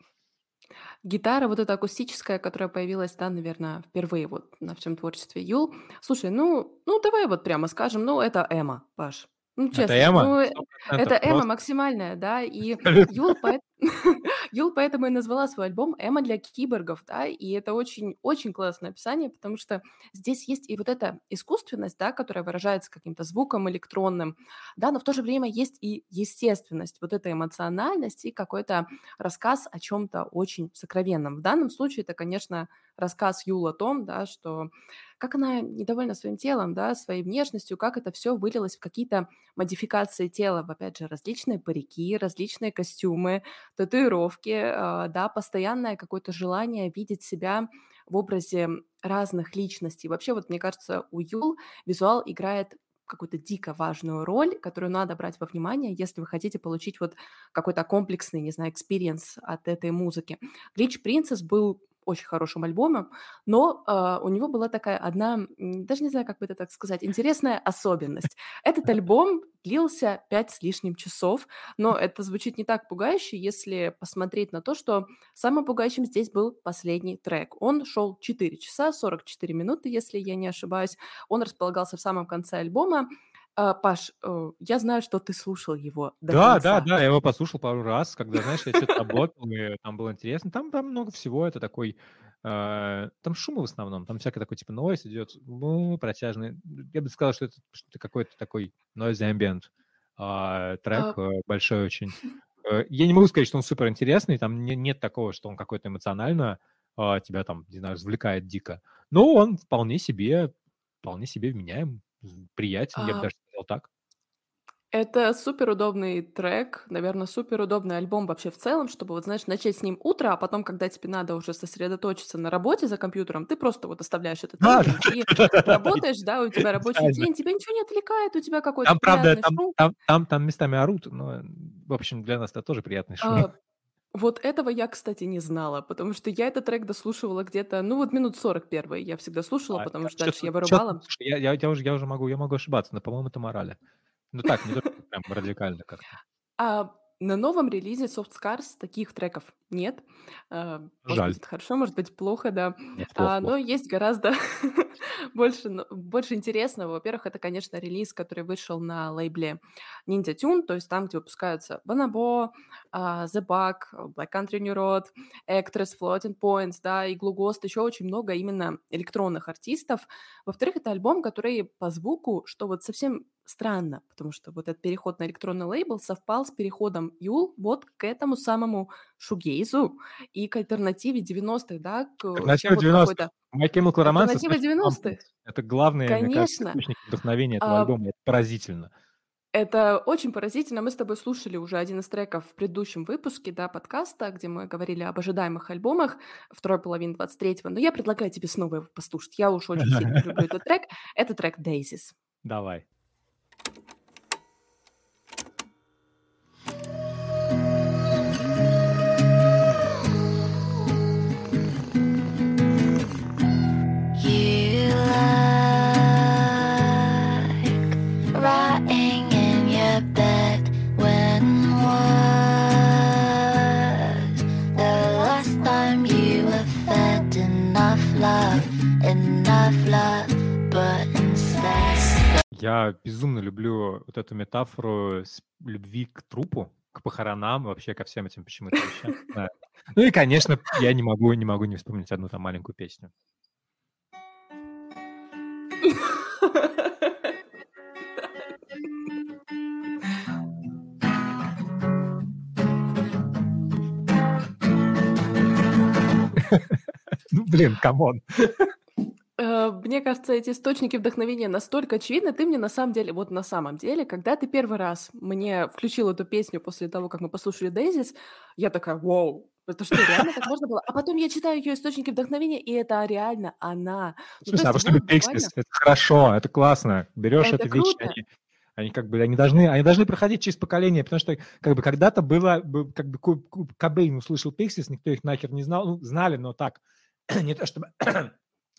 Гитара вот эта акустическая, которая появилась, да, наверное, впервые вот на всем творчестве Юл. Слушай, ну ну давай вот прямо скажем, ну это эмо, Паш. Ну Это честно, эмо, ну э, сто это процентов эмо просто максимальная, да, и абсолютно. Юл поэт Юл поэтому и назвала свой альбом "Эмо для киборгов", да, и это очень очень классное описание, потому что здесь есть и вот эта искусственность, да, которая выражается каким-то звуком электронным, да, но в то же время есть и естественность, вот эта эмоциональность и какой-то рассказ о чем-то очень сокровенном. В данном случае это, конечно, рассказ Юл о том, да, что как она недовольна своим телом, да, своей внешностью, как это все вылилось в какие-то модификации тела, в, опять же, различные парики, различные костюмы, татуировки, а, да, постоянное какое-то желание видеть себя в образе разных личностей. Вообще, вот мне кажется, у Юл визуал играет какую-то дико важную роль, которую надо брать во внимание, если вы хотите получить вот какой-то комплексный, не знаю, экспириенс от этой музыки. Glitch Princess был очень хорошим альбомом, но а, у него была такая одна, м, даже не знаю, как бы это так сказать, интересная особенность. Этот альбом длился пять с лишним часов, но это звучит не так пугающе, если посмотреть на то, что самым пугающим здесь был последний трек. Он шел четыре часа сорок четыре минуты, если я не ошибаюсь. Он располагался в самом конце альбома. А, Паш, э, я знаю, что ты слушал его до Да, да, конца. да, я его послушал пару раз, когда, знаешь, я что-то работал, и там было интересно. Там, там много всего, это такой... э, там шум в основном, там всякий такой типа нойз идет, ну, протяжный. Я бы сказал, что это, что это какой-то такой noise ambient а, трек, А, э, большой очень. Э, Я не могу сказать, что он супер интересный, там не- нет такого, что он какой-то эмоционально а, тебя там, не знаю, развлекает дико. Но он вполне себе, вполне себе вменяем, приятен, я бы а, даже сказал так. Это суперудобный трек, наверное, суперудобный альбом вообще в целом, чтобы, вот знаешь, начать с ним утро, а потом, когда тебе надо уже сосредоточиться на работе за компьютером, ты просто вот оставляешь этот Да, да, эмбиент и да, да, да, работаешь, да, у тебя рабочий идеально. день, тебя ничего не отвлекает, у тебя какой-то Там, правда, приятный там, шум. там, там, там местами орут, но, в общем, для нас это тоже приятный шум. А, вот этого я, кстати, не знала, потому что я этот трек дослушивала где-то, ну вот минут сорок первые я всегда слушала, А, потому что дальше Что-то, я что-то, вырубала. слушай, я, я, я уже, я уже могу, я могу ошибаться, но, по-моему, это морали. Ну так, не то, что прям радикально как-то. А на новом релизе Soft Scars таких треков нет. А, может Жаль. быть, это хорошо, может быть, плохо, да. Нет, плохо, А, но плохо. есть гораздо больше, но- больше интересного. Во-первых, это, конечно, релиз, который вышел на лейбле Ninja Tune, то есть там, где выпускаются Bonobo, а, The Bug, Black Country New Road, Actress, Floating Points, да, и Glue Ghost, еще очень много именно электронных артистов. Во-вторых, это альбом, который по звуку, что вот совсем странно, потому что вот этот переход на электронный лейбл совпал с переходом Юл вот к этому самому шугейзу и к альтернативе девяностых, да, к, ну Альтернатива вот девяностых. какой-то My Chemical Romance и альтернатива Smashing девяностых. Pumpkins. Это главные, мне кажется, Конечно. источники вдохновения этого А, альбома. Это поразительно. Это очень поразительно. Мы с тобой слушали уже один из треков в предыдущем выпуске, да, подкаста, где мы говорили об ожидаемых альбомах второй половины двадцать третьего. Но я предлагаю тебе снова его послушать. Я уж очень сильно люблю этот трек. Это трек Daisies. Давай. You like rotting in your bed. When was the last time you were fed enough love, enough love, but instead? Я безумно люблю вот эту метафору с любви к трупу, к похоронам, вообще ко всем этим почему-то вещам. Да. Ну и, конечно, я не могу, не могу не вспомнить одну там маленькую песню. Ну, блин, камон. Э, Мне кажется, эти источники вдохновения настолько очевидны. Ты мне на самом деле, вот на самом деле, когда ты первый раз мне включил эту песню после того, как мы послушали Daisies, я такая, вау, это что, реально так можно было? А потом я читаю ее источники вдохновения, и это реально она. В Ну, то смысле, а есть почему вот буквально, Pixies? Это хорошо, это классно. Берешь это эту вещь, круто. они, они как бы, они должны, они должны проходить через поколение, потому что как бы когда-то было, бы- как бы Ку- Ку- Кобейн услышал Pixies, никто их нахер не знал, ну, знали, но так, не то чтобы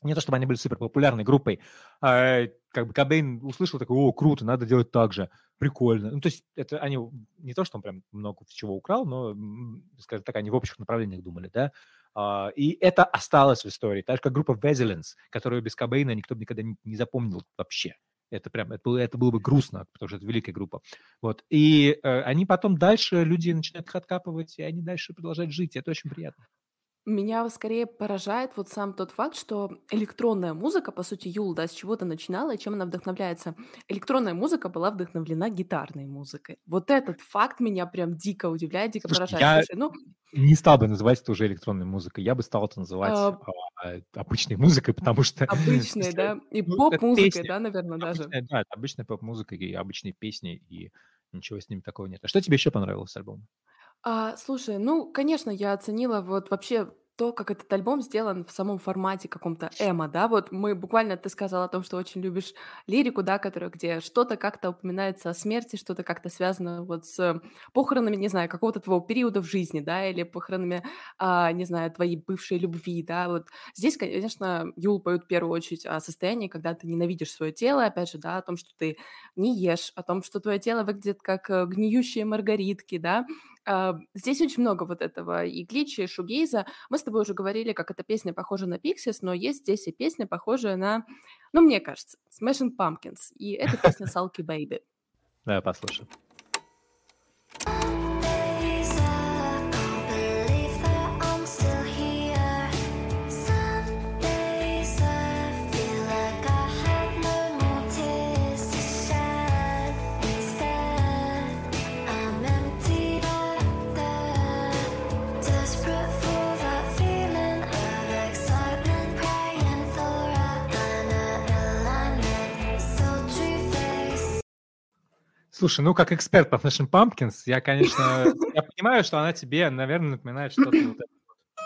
Не то, чтобы они были супер популярной группой, а как бы Кобейн услышал такой: о, круто, надо делать так же, прикольно. Ну, то есть это они не то, что он прям много чего украл, но, м, скажем так, они в общих направлениях думали, да. А, и это осталось в истории. Так же, как группа Vesilience, которую без Кобейна никто бы никогда не, не запомнил вообще. Это прям, это было, это было бы грустно, потому что это великая группа. Вот. И э, они потом дальше, люди начинают их откапывать, и они дальше продолжают жить. Это очень приятно. Меня скорее поражает вот сам тот факт, что электронная музыка, по сути, Юл, да, с чего-то начинала, и чем она вдохновляется. Электронная музыка была вдохновлена гитарной музыкой. Вот этот факт меня прям дико удивляет, дико Слушай, поражает. я Слушай, ну, не стал бы называть это уже электронной музыкой. Я бы стал это называть а, а, обычной музыкой, потому что в обычной, смысле, да, и ну, это поп-музыкой, песня. да, наверное, даже. Обычная, да, это обычная поп-музыка и обычные песни, и ничего с ними такого нет. А что тебе еще понравилось с альбома? А, слушай, ну, конечно, я оценила вот вообще то, как этот альбом сделан в самом формате каком-то эмо, да. Вот мы буквально ты сказал о том, что очень любишь лирику, да, которая где что-то как-то упоминается о смерти, что-то как-то связано вот с похоронами, не знаю, какого-то твоего периода в жизни, да, или похоронами, а, не знаю, твоей бывшей любви, да. Вот здесь, конечно, Юл поет в первую очередь о состоянии, когда ты ненавидишь свое тело, опять же, да, о том, что ты не ешь, о том, что твое тело выглядит как э, гниющие маргаритки, да. А, здесь очень много вот этого и глича, и шугейза. Мы с тобой уже говорили, как эта песня похожа на Pixies, но есть здесь и песня, похожая на, ну, мне кажется, Smashing Pumpkins. И это песня Sulky Baby. Давай послушаем. Days I can't believe that I'm still here. Some days I feel like I have no more tears to shed. Instead, I'm emptied out there, desperate for that feeling of excitement, praying for a planet alignment, sultry face. Слушай, ну как эксперт по Smashing Pumpkins, я, конечно, я понимаю, что она тебе, наверное, напоминает что-то вот это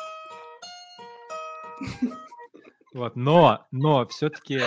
вот. Вот, но, но все-таки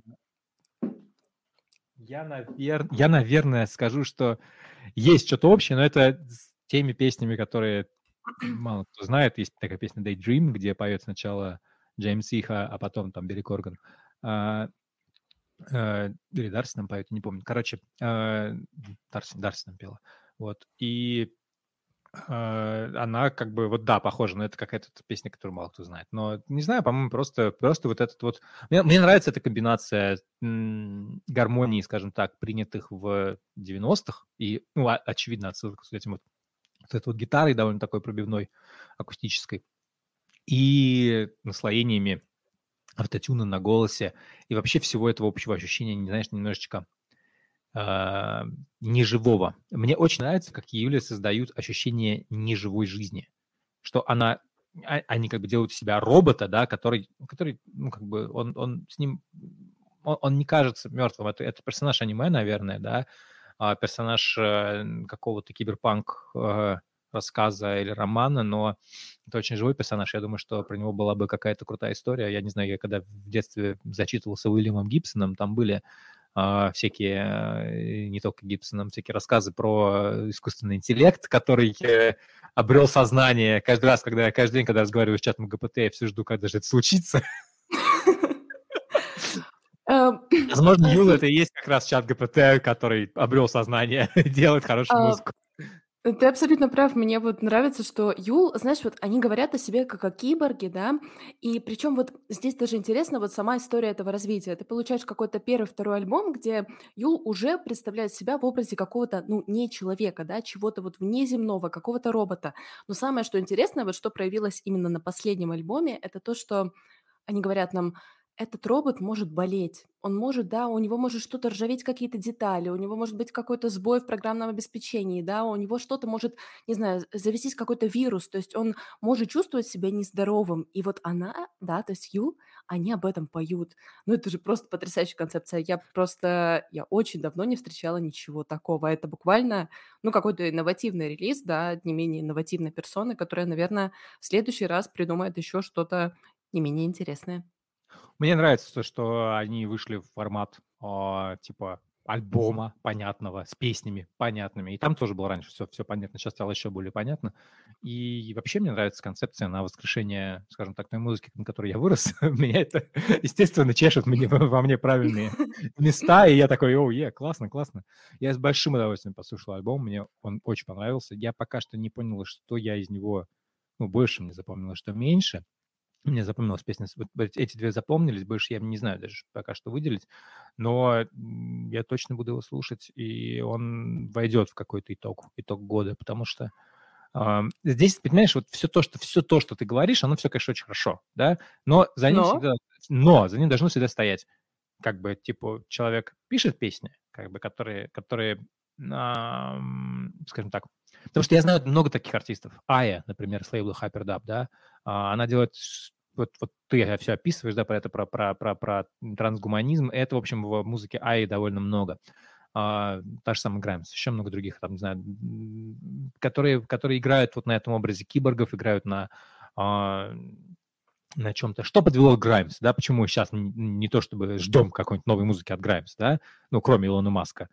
я, навер... я, наверное, скажу, что есть что-то общее, но это с теми песнями, которые мало кто знает. Есть такая песня Daydream, где поет сначала Джеймс Иха, а потом там Билли Корган. А, а, или Дарси нам поет, не помню. Короче, а, Дарси, Дарси нам пела. Вот. И а, она как бы, вот да, похожа, но это какая-то песня, которую мало кто знает. Но, не знаю, по-моему, просто, просто вот этот вот... Мне, мне нравится эта комбинация м, гармонии, скажем так, принятых в девяностых, и, ну, а- очевидно, отсылка с этим вот, с этой вот гитарой довольно такой пробивной, акустической, и наслоениями автотюна на голосе, и вообще всего этого общего ощущения, не знаешь, немножечко а, неживого. Мне очень нравится, как Юля создают ощущение неживой жизни, что она, а- они как бы делают из себя робота, да, который, который, ну, как бы, он, он с ним, он, он не кажется мертвым. Это, это персонаж аниме, наверное, да, а, персонаж э, какого-то киберпанк э, рассказа или романа, но это очень живой персонаж. Я думаю, что про него была бы какая-то крутая история. Я не знаю, я когда в детстве зачитывался Уильямом Гибсоном, там были а, всякие, э, не только Гибсоном, всякие рассказы про искусственный интеллект, который э, обрел сознание. Каждый раз, когда я каждый день, когда разговариваю с чатом ГПТ, я все жду, когда же это случится. Эм, Возможно, а, Юла слу- это и есть как раз чат ГПТ, который обрел сознание, делает хорошую а, музыку. Ты абсолютно прав. Мне вот нравится, что Юл, знаешь, вот они говорят о себе как о киборге, да, и причем вот здесь даже интересно вот сама история этого развития. Ты получаешь какой-то первый, второй альбом, где Юл уже представляет себя в образе какого-то, ну, не человека, да, чего-то вот внеземного, какого-то робота. Но самое, что интересно, вот что проявилось именно на последнем альбоме, это то, что они говорят нам: этот робот может болеть. Он может, да, у него может что-то ржаветь, какие-то детали, у него может быть какой-то сбой в программном обеспечении, да, у него что-то может, не знаю, з- завестись какой-то вирус, то есть он может чувствовать себя нездоровым. И вот она, да, то есть Ю, они об этом поют. Ну, это же просто потрясающая концепция. Я просто, я очень давно не встречала ничего такого. Это буквально, ну, какой-то инновативный релиз, да, не менее инновативной персоны, которая, наверное, в следующий раз придумает еще что-то не менее интересное. Мне нравится то, что они вышли в формат а, типа альбома понятного, с песнями понятными. И там тоже было раньше все, все понятно, сейчас стало еще более понятно. И вообще мне нравится концепция на воскрешение, скажем так, той музыки, на которой я вырос. Меня это, естественно, чешет мне, во мне правильные места, и я такой, оу, е, классно, классно. Я с большим удовольствием послушал альбом, мне он очень понравился. Я пока что не понял, что я из него, ну, больше мне запомнилось, что меньше. Мне запомнилась песня, вот эти две запомнились, больше я не знаю даже пока что выделить, но я точно буду его слушать, и он войдет в какой-то итог, итог года, потому что э, здесь, понимаешь, вот все то, что, все то, что ты говоришь, оно все, конечно, очень хорошо, да, но за ним Но? всегда, но за ним должно всегда стоять, как бы, типа, человек пишет песни, как бы, которые, которые, э, скажем так, потому что я знаю много таких артистов. Ая, например, с лейбла Hyperdub, да, она делает, вот, вот ты все описываешь, да, про это, про, про, про, про трансгуманизм. Это, в общем, в музыке Аи довольно много. А, та же самая Граймс, еще много других, там, не знаю, которые, которые играют вот на этом образе киборгов, играют на... А, на чем-то. Что подвело Граймс, да, почему сейчас не, не то, чтобы ждем какой-нибудь новой музыки от Граймс, да, ну, кроме Илона Маска.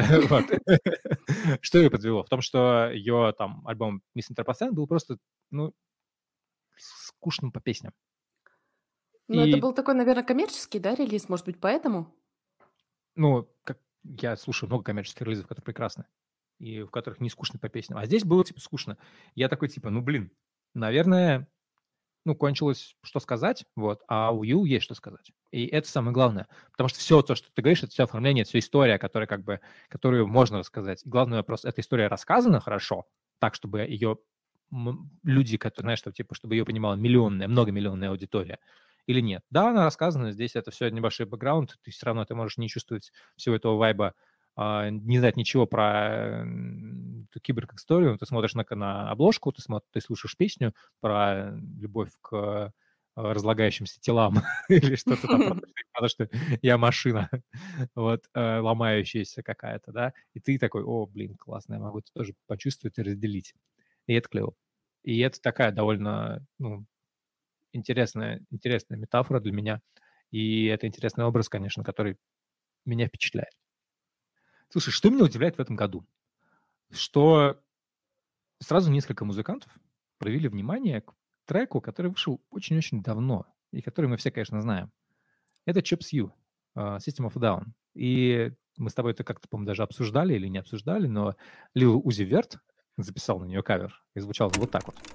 Что ее подвело? В том, что ее там альбом Miss Interpercent был просто, ну, скучным по песням. Ну, это был такой, наверное, коммерческий, да, релиз, может быть, поэтому? Ну, как я слушаю много коммерческих релизов, которые прекрасны, и в которых не скучно по песням. А здесь было, типа, скучно. Я такой, типа, ну, блин, наверное... ну, кончилось, что сказать, вот, а у Ю есть что сказать. И это самое главное. Потому что все то, что ты говоришь, это все оформление, это все история, которая, как бы, которую можно рассказать. И главный вопрос, эта история рассказана хорошо, так, чтобы ее люди, которые, знаешь, что, типа, чтобы ее понимала миллионная, многомиллионная аудитория, или нет. Да, она рассказана, здесь это все небольшой бэкграунд, ты все равно ты можешь не чувствовать всего этого вайба, не знать ничего про эту киборг-историю, ты смотришь на, на обложку, ты, смотришь, ты слушаешь песню про любовь к разлагающимся телам или что-то там, потому что я машина, вот, ломающаяся какая-то, да, и ты такой, о, блин, классно, я могу это тоже почувствовать и разделить. И это клево. И это такая довольно, ну, интересная, интересная метафора для меня, и это интересный образ, конечно, который меня впечатляет. Слушай, что меня удивляет в этом году? Что сразу несколько музыкантов проявили внимание к треку, который вышел очень-очень давно, и который мы все, конечно, знаем. Это Chops U, uh, System of a Down. И мы с тобой это как-то, по-моему, даже обсуждали или не обсуждали, но Lil Uzi Vert записал на нее кавер, и звучал вот так вот.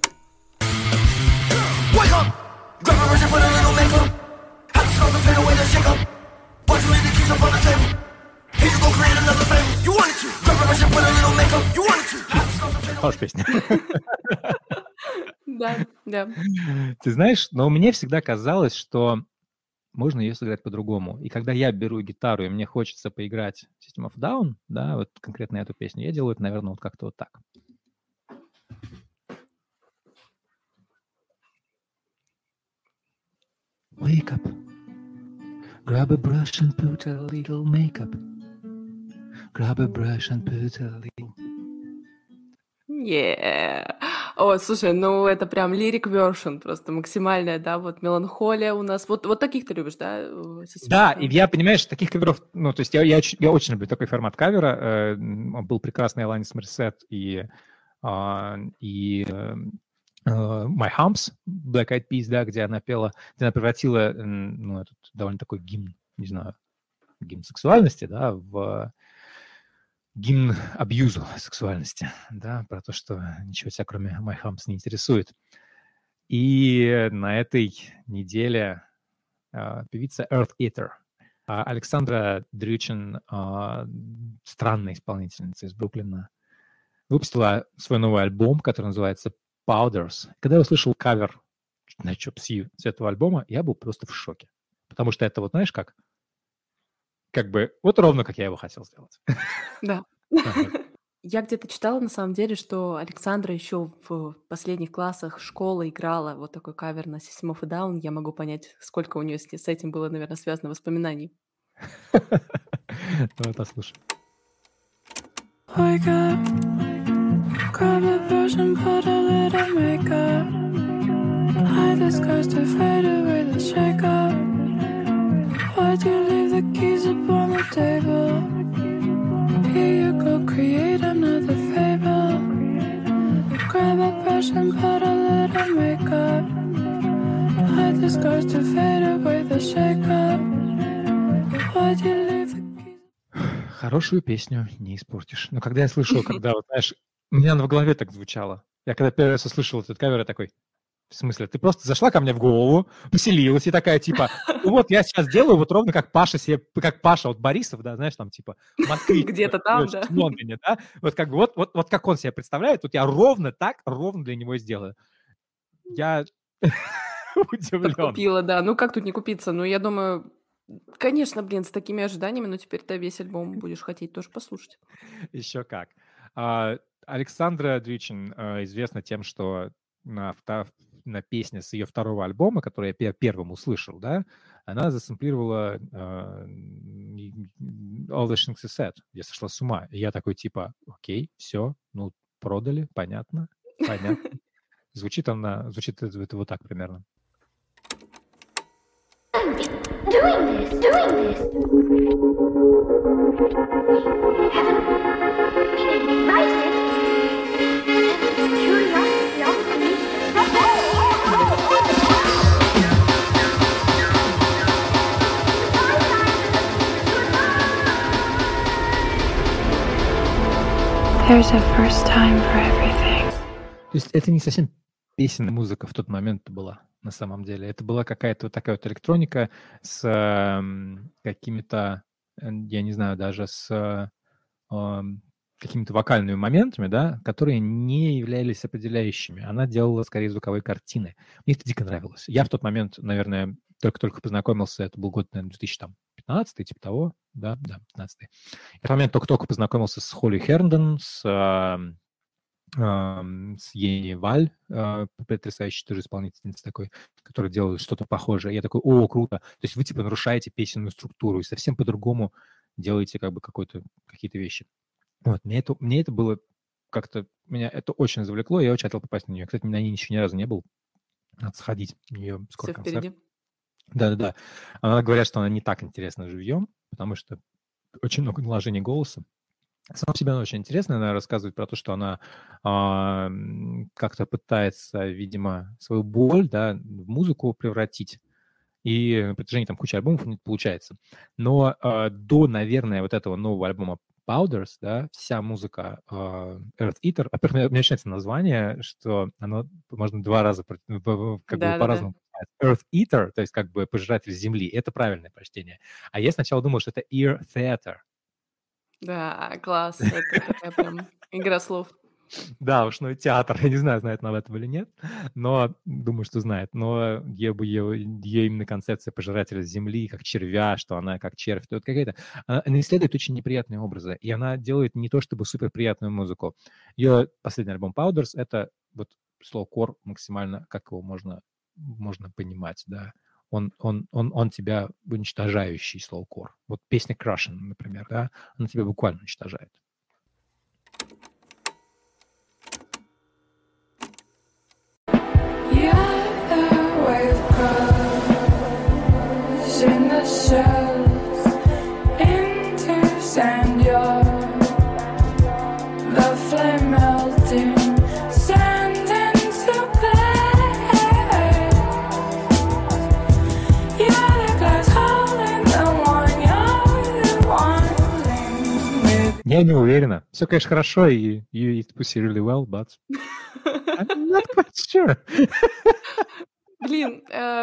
Хорошая песня. Да, да. Ты знаешь, но мне всегда казалось, что можно ее сыграть по-другому. И когда я беру гитару, и мне хочется поиграть System of a Down, да, вот конкретно эту песню, я делаю это, наверное, вот как-то вот так. Wake up, grab a brush and put a little makeup. Grab a brush and put a little... Yeah. О, слушай, ну это прям lyric version, просто максимальная, да, вот меланхолия у нас. Вот, вот таких ты любишь, да? Да, и я, понимаешь, таких каверов, ну, то есть я, я, я очень люблю такой формат кавера. Э, был прекрасный Alanis Morissette и, э, и э, My Humps, Black Eyed Peas, да, где она пела, где она превратила, ну, этот довольно такой гимн, не знаю, гимн сексуальности, да, в... гимн абьюзу сексуальности, да, про то, что ничего тебя, кроме My Humps, не интересует. И на этой неделе uh, певица Earth Eater, uh, Александра Дрючин, uh, странная исполнительница из Бруклина, выпустила свой новый альбом, который называется Powders. Когда я услышал кавер на Chops U с этого альбома, я был просто в шоке. Потому что это вот, знаешь, как Как бы, вот ровно, как я его хотел сделать. Да. Я где-то читала, на самом деле, что Александра еще в последних классах школы играла вот такой кавер на System of a Down. Я могу понять, сколько у нее с этим было, наверное, связано воспоминаний. Давай послушаем. Wake up, grab a brush and put a little makeup. Hide the scars to fade away the shake up. Why'd you leave the keys up on the table? a brush and put a little makeup. Hide the scars to fade away the shake-up. Why'd you leave the keys? Хорошую песню не испортишь. Но когда я слышал, когда, вот, знаешь, у меня она в голове так звучало. Я когда первый раз услышал этот кавер, я такой, в смысле, ты просто зашла ко мне в голову, поселилась и такая, типа, ну вот я сейчас делаю вот ровно как Паша себе, как Паша, вот Борисов, да, знаешь, там, типа, в Москве, Где-то там, да. в Лондоне, да, вот как бы вот, вот, вот как он себя представляет, вот я ровно так, ровно для него сделаю. Я удивлен. Подкупила, да. Ну, как тут не купиться? Ну, я думаю, конечно, блин, с такими ожиданиями, но теперь ты весь альбом будешь хотеть тоже послушать. Еще как. А, Александра Дрючин а, известна тем, что на, вта- на песне с ее второго альбома, который я пе- первым услышал, да, она засэмплировала а, All the Things You Said. Я сошла с ума. И я такой, типа, окей, все, ну, продали, понятно, понятно. Звучит она, звучит это, это вот так примерно. Doing this, doing this. Haven't been invited. Curiosity also needs There's a first time for everything. То есть это не совсем песенная музыка в тот момент была, на самом деле. Это была какая-то вот такая вот электроника с эм, какими-то, э, я не знаю, даже с э, эм, какими-то вокальными моментами, да, которые не являлись определяющими. Она делала скорее звуковые картины. Мне это дико нравилось. Я в тот момент, наверное, только-только познакомился, это был год, наверное, две тысячи пятнадцатый, типа того, да, да, пятнадцатый. Я в тот момент только-только познакомился с Холли Херндон, с... эм, эм, с Ени Валь, э, потрясающей тоже исполнительница такой, которая делает что-то похожее. Я такой, о, круто. То есть вы типа нарушаете песенную структуру и совсем по-другому делаете как бы какой-то, какие-то вещи. Вот, мне это, мне это было как-то, меня это очень завлекло, я очень хотел попасть на нее. Кстати, на ней еще ни разу не был. Надо сходить, у нее скоро Все концерт. впереди. Да-да-да. Она говорят, что она не так интересна живьем, потому что очень много наложения голоса. Сама по себе она очень интересная, она рассказывает про то, что она а, м, как-то пытается, видимо, свою боль, да, в музыку превратить, и на протяжении там кучи альбомов у нее получается. Но а, до, наверное, вот этого нового альбома Powders, да, вся музыка а, Earth Eater, во-первых, мне, мне очень нравится название, что оно можно два раза про- в- в- как бы Да-да-да. по-разному читать. Earth Eater, то есть как бы пожиратель земли, это правильное прочтение. А я сначала думал, что это Ear Theater. Да, класс. Это такая прям игра слов. Да, уж, ну, театр, я не знаю, знает она об этом или нет, но думаю, что знает. Но ее, ее, ее именно концепция пожирателя земли, как червя, что она как червь, то это какая-то... Она, она исследует очень неприятные образы, и она делает не то чтобы суперприятную музыку. Ее последний альбом Powders — это вот слоукор максимально, как его можно, можно понимать, да. Он, он, он, он тебя уничтожающий слоукор. Вот песня Crushin', например, да, она тебя буквально уничтожает. Yeah, the wave grows in the shells into sand. You're the flame melting sand into clay. You're the glass hole in the one. You're the one with Я не уверена. Все, конечно, хорошо, и you eat pussy really well, but I'm not quite sure. Блин, э,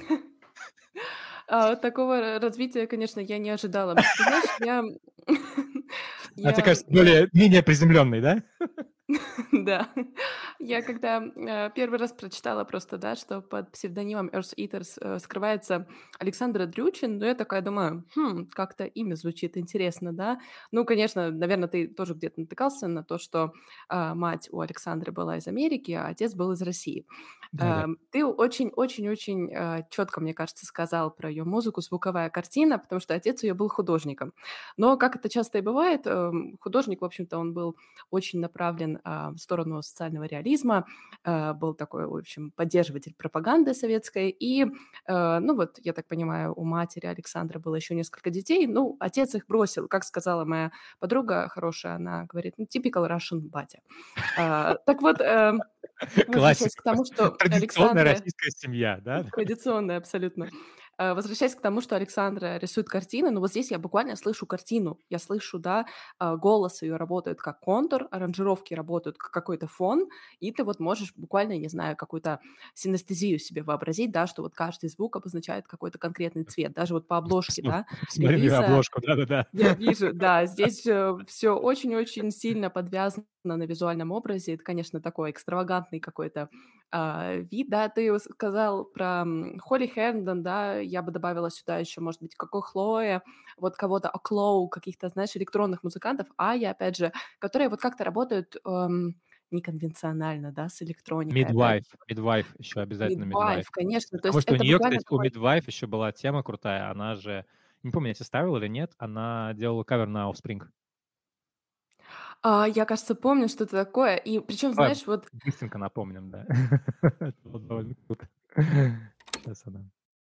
а, такого р- развития, конечно, я не ожидала. Ты знаешь, я... А тебе я кажется, более, менее приземленный, да? Да. Я когда э, первый раз прочитала просто, да, что под псевдонимом Earth Eaters э, скрывается Александра Дрючин, ну, я такая думаю, хм, как-то имя звучит интересно, да. Ну, конечно, наверное, ты тоже где-то натыкался на то, что а, мать у Александры была из Америки, а отец был из России. Да, да. Эм, Ты очень-очень-очень четко, мне кажется, сказал про ее музыку, звуковая картина, потому что отец ее был художником. Но, как это часто и бывает, эм, художник, в общем-то, он был очень направлен а, в сторону социального реализма, а, был такой, в общем, поддерживатель пропаганды советской. И, э, ну вот, я так понимаю, у матери Александра было еще несколько детей. Ну, отец их бросил. Как сказала моя подруга хорошая, она говорит, ну, typical Russian батя. А, Так вот, э, Возвращаясь Классика к тому, просто. что Традиционная Александра российская семья, да? Традиционная абсолютно. А, возвращаясь к тому, что Александра рисует картины, ну, вот здесь я буквально слышу картину. Я слышу, да, а, голос ее работает как контур, аранжировки работают как какой-то фон, и ты вот можешь буквально, не знаю, какую-то синестезию себе вообразить, да, что вот каждый звук обозначает какой-то конкретный цвет. Даже вот по обложке, Посмо да, Посмотри на её релиза обложку, да-да-да. я вижу, да, здесь все очень-очень сильно подвязано на визуальном образе. Это, конечно, такой экстравагантный какой-то, а, вид. Да, ты вот сказал про, м, Холли Херндон, да, я бы добавила сюда еще, может быть, Коко Хлоя, вот кого-то, Оклоу, каких-то, знаешь, электронных музыкантов, Айя, опять же, которые вот как-то работают, эм, неконвенционально, да, с электроникой, опять Midwife, же. Midwife, еще обязательно Midwife. Midwife, конечно, то Потому есть что у это нее, буквально кстати, у такой Midwife еще была тема крутая. Она же, не помню, я те ставил или нет, она делала кавер на Offspring. А, я, кажется, помню что-то такое. И причем, Давай знаешь, вот быстренько напомним, да. Это было довольно круто. Щас она.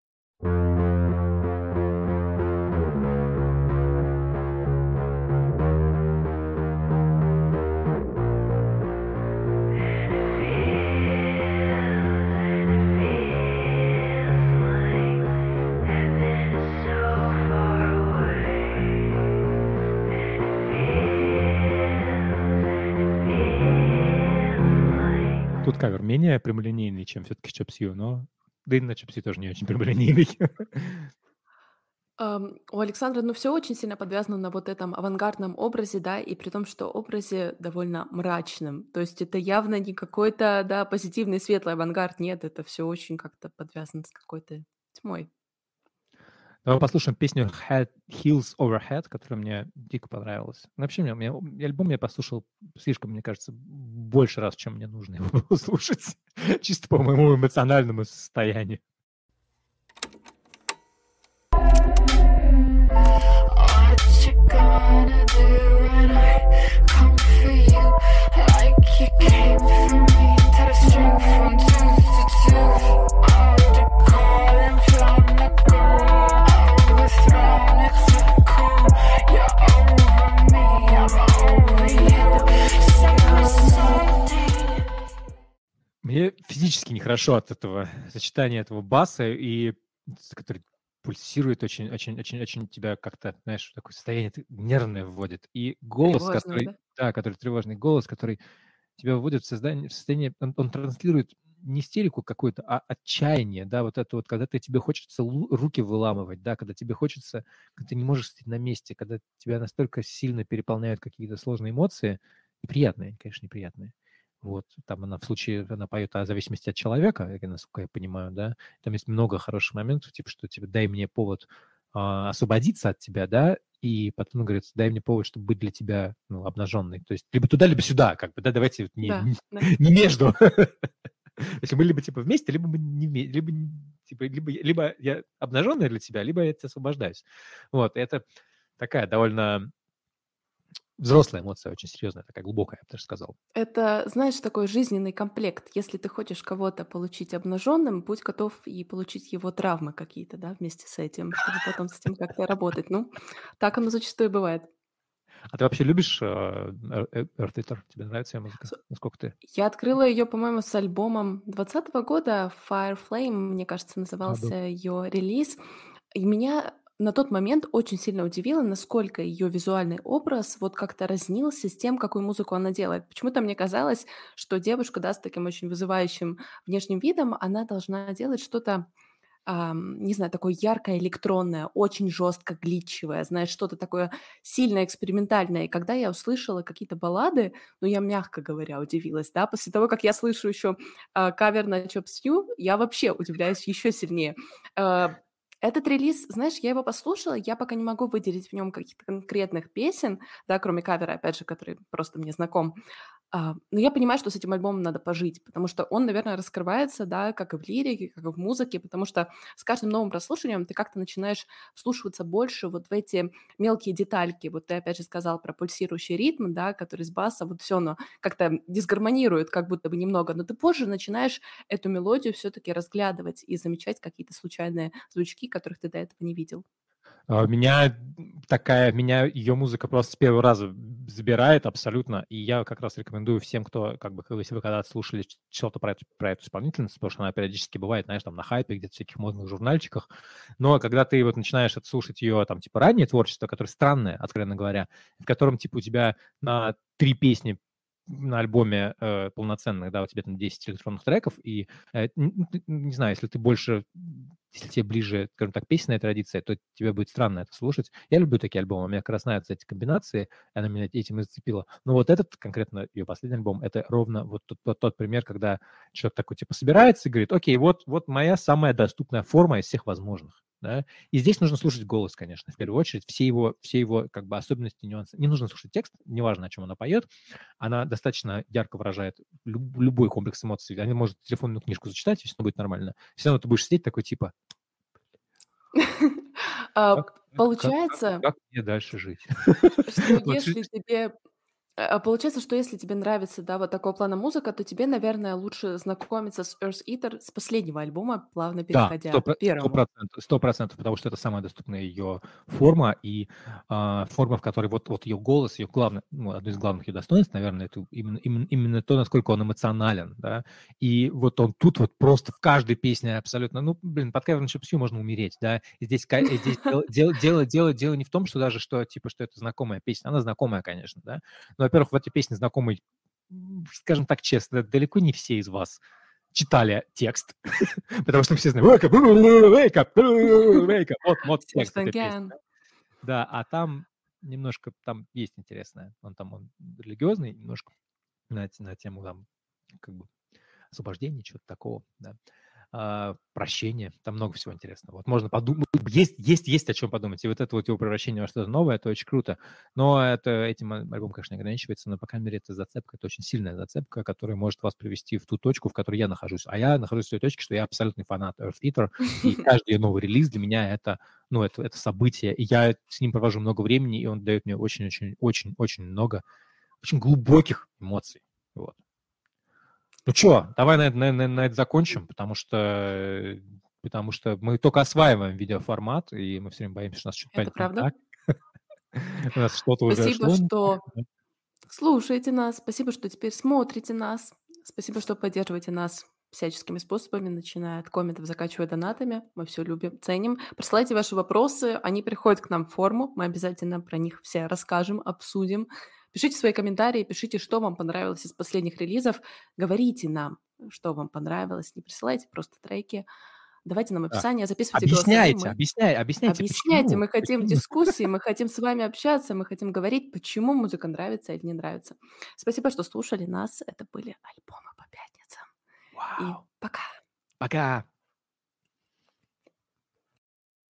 Тут кавер менее прямолинейный, чем все-таки Chop Suey, но да и на Chop Suey тоже не очень прямолинейный. Ам, у Александра, ну, все очень сильно подвязано на вот этом авангардном образе, да, и при том, что образе довольно мрачном. То есть это явно не какой-то, да, позитивный, светлый авангард. Нет, это все очень как-то подвязано с какой-то тьмой. Давай послушаем песню Head, Heels Over Head, которая мне дико понравилась. Ну, вообще, мне, мне, альбом я послушал слишком, мне кажется, больше раз, чем мне нужно его было слушать. Чисто по моему эмоциональному состоянию. What you gonna do when I come for you? Like you came for me, to the string from tooth to tooth. All the calling from the groove, overthrown, it's so cool. You're over me, I'm over you. Say something. Мне физически нехорошо от этого сочетания этого баса, и который пульсирует очень, очень, очень, очень тебя как-то, знаешь, такое состояние нервное вводит. И голос, Тревожное, который, да? да, который тревожный голос, который тебя вводит в создание, в состояние, он, он транслирует не истерику какую-то, а отчаяние, да, вот это вот, когда ты, тебе хочется лу- руки выламывать, да, когда тебе хочется, когда ты не можешь стоять на месте, когда тебя настолько сильно переполняют какие-то сложные эмоции, неприятные, конечно, неприятные. Вот, там она в случае, она поет о зависимости от человека, я- насколько я понимаю, да, там есть много хороших моментов, типа, что тебе дай мне повод а, освободиться от тебя, да, и потом говорится, дай мне повод, чтобы быть для тебя, ну, обнаженной. То есть либо туда, либо сюда, как бы, да, давайте вот не, Да, не, да. не между. Если мы либо типа вместе, либо мы не вместе, либо н- типа либо, либо я обнаженная для тебя, либо я от тебя освобождаюсь. Вот, и это такая довольно взрослая эмоция, очень серьезная, такая глубокая, я бы даже сказал. Это, знаешь, такой жизненный комплект. Если ты хочешь кого-то получить обнаженным, будь готов и получить его травмы какие-то, да, вместе с этим, чтобы потом с этим как-то работать. Ну, так оно зачастую бывает. А ты вообще любишь э, Earth Eater? Тебе нравится ее музыка? С- Насколько ты? Я открыла ее, по-моему, с альбомом двадцатого года, Fire Flame, мне кажется, Году. назывался ее релиз. И меня на тот момент очень сильно удивило, насколько ее визуальный образ вот как-то разнился с тем, какую музыку она делает. Почему-то мне казалось, что девушка, да, с таким очень вызывающим внешним видом, она должна делать что-то, ам, не знаю, такое яркое, электронное, очень жестко глитчевое, знаешь, что-то такое сильно экспериментальное. И когда я услышала какие-то баллады, ну, я, мягко говоря, удивилась, да, после того, как я слышу еще а, кавер на Chop Suey, я вообще удивляюсь еще сильнее. А, Этот релиз, знаешь, я его послушала, я пока не могу выделить в нем каких-то конкретных песен, да, кроме кавера, опять же, который просто мне знаком. А, но я понимаю, что с этим альбомом надо пожить, потому что он, наверное, раскрывается, да, как и в лирике, как и в музыке, потому что с каждым новым прослушиванием ты как-то начинаешь вслушиваться больше вот в эти мелкие детальки. Вот ты опять же сказал про пульсирующий ритм, да, который с баса, вот все оно как-то дисгармонирует как будто бы немного, но ты позже начинаешь эту мелодию все-таки разглядывать и замечать какие-то случайные звучки, которых ты до этого не видел. А, Меня такая, меня ее музыка просто с первого раза забирает абсолютно. И я как раз рекомендую всем, кто, как бы, если вы когда-то слушали что-то про эту, про эту исполнительницу, потому что она периодически бывает, знаешь, там на хайпе, где-то в всяких модных журнальчиках. Но когда ты вот начинаешь слушать ее, там, типа, раннее творчество, которое странное, откровенно говоря, в котором, типа, у тебя на три песни на альбоме э, полноценных, да, у тебя там десять электронных треков, и, э, не, не знаю, если ты больше, если тебе ближе, скажем так, песенная традиция, то тебе будет странно это слушать. Я люблю такие альбомы, мне как раз нравятся эти комбинации, она меня этим и зацепила. Но вот этот, конкретно ее последний альбом, это ровно вот тот, тот, тот пример, когда человек такой, типа, собирается и говорит, окей, вот, вот моя самая доступная форма из всех возможных. Да? И здесь нужно слушать голос, конечно, в первую очередь, все его, все его как бы особенности, нюансы. Не нужно слушать текст, неважно, о чем она поет, она достаточно ярко выражает люб, любой комплекс эмоций. Она может телефонную книжку зачитать, и все будет нормально. Все равно ты будешь сидеть такой, типа... Получается... Как мне дальше жить? Что если тебе... Получается, что если тебе нравится, да, вот такого плана музыка, то тебе, наверное, лучше знакомиться с Earth Eater с последнего альбома, плавно переходя да, к первому. сто процентов, потому что это самая доступная ее форма, и э, форма, в которой вот, вот ее голос, ее главное, ну, одно из главных ее достоинств, наверное, это именно, именно, именно то, насколько он эмоционален, да, и вот он тут вот просто в каждой песне абсолютно, ну, блин, под Кевин Шипсью можно умереть, да, и здесь, здесь дело, дело, дело, дело не в том, что даже, что, типа, что это знакомая песня, она знакомая, конечно, да, но, во-первых, в этой песне знакомый, скажем так честно, далеко не все из вас читали текст, потому что все знают wake up, wake up, wake up. Вот, вот текст этой песни. Да, а там немножко, там есть интересное. Он там он религиозный, немножко на, на тему там как бы освобождения, чего-то такого, да. А, прощение, там много всего интересного. Вот можно подумать, есть, есть, есть о чем подумать. И вот это вот его превращение во что-то новое, это очень круто. Но это, этим альбом, конечно, не ограничивается, но, по крайней мере, это зацепка, это очень сильная зацепка, которая может вас привести в ту точку, в которой я нахожусь. А я нахожусь в той точке, что я абсолютный фанат Earth Eater, и каждый новый релиз для меня это, ну, это, это событие. И я с ним провожу много времени, и он дает мне очень-очень-очень-очень много, очень глубоких эмоций. Вот. Ну что, давай на, на, на, на это закончим, потому что, потому что мы только осваиваем видеоформат, и мы все время боимся, что у нас что-то это правда. так. У нас что-то уже Спасибо, что слушаете нас, спасибо, что теперь смотрите нас, спасибо, что поддерживаете нас всяческими способами, начиная от комментов, заканчивая донатами. Мы все любим, ценим. Присылайте ваши вопросы, они приходят к нам в форму, мы обязательно про них все расскажем, обсудим. Пишите свои комментарии, пишите, что вам понравилось из последних релизов. Говорите нам, что вам понравилось. Не присылайте просто треки. Давайте нам описание, записывайте объясняйте, голосовые. Объясняйте, объясняйте, Объясняйте, почему? мы хотим Почему? дискуссии, мы хотим с вами общаться, мы хотим говорить, почему музыка нравится или не нравится. Спасибо, что слушали нас. Это были альбомы по пятницам. Вау. И пока. Пока.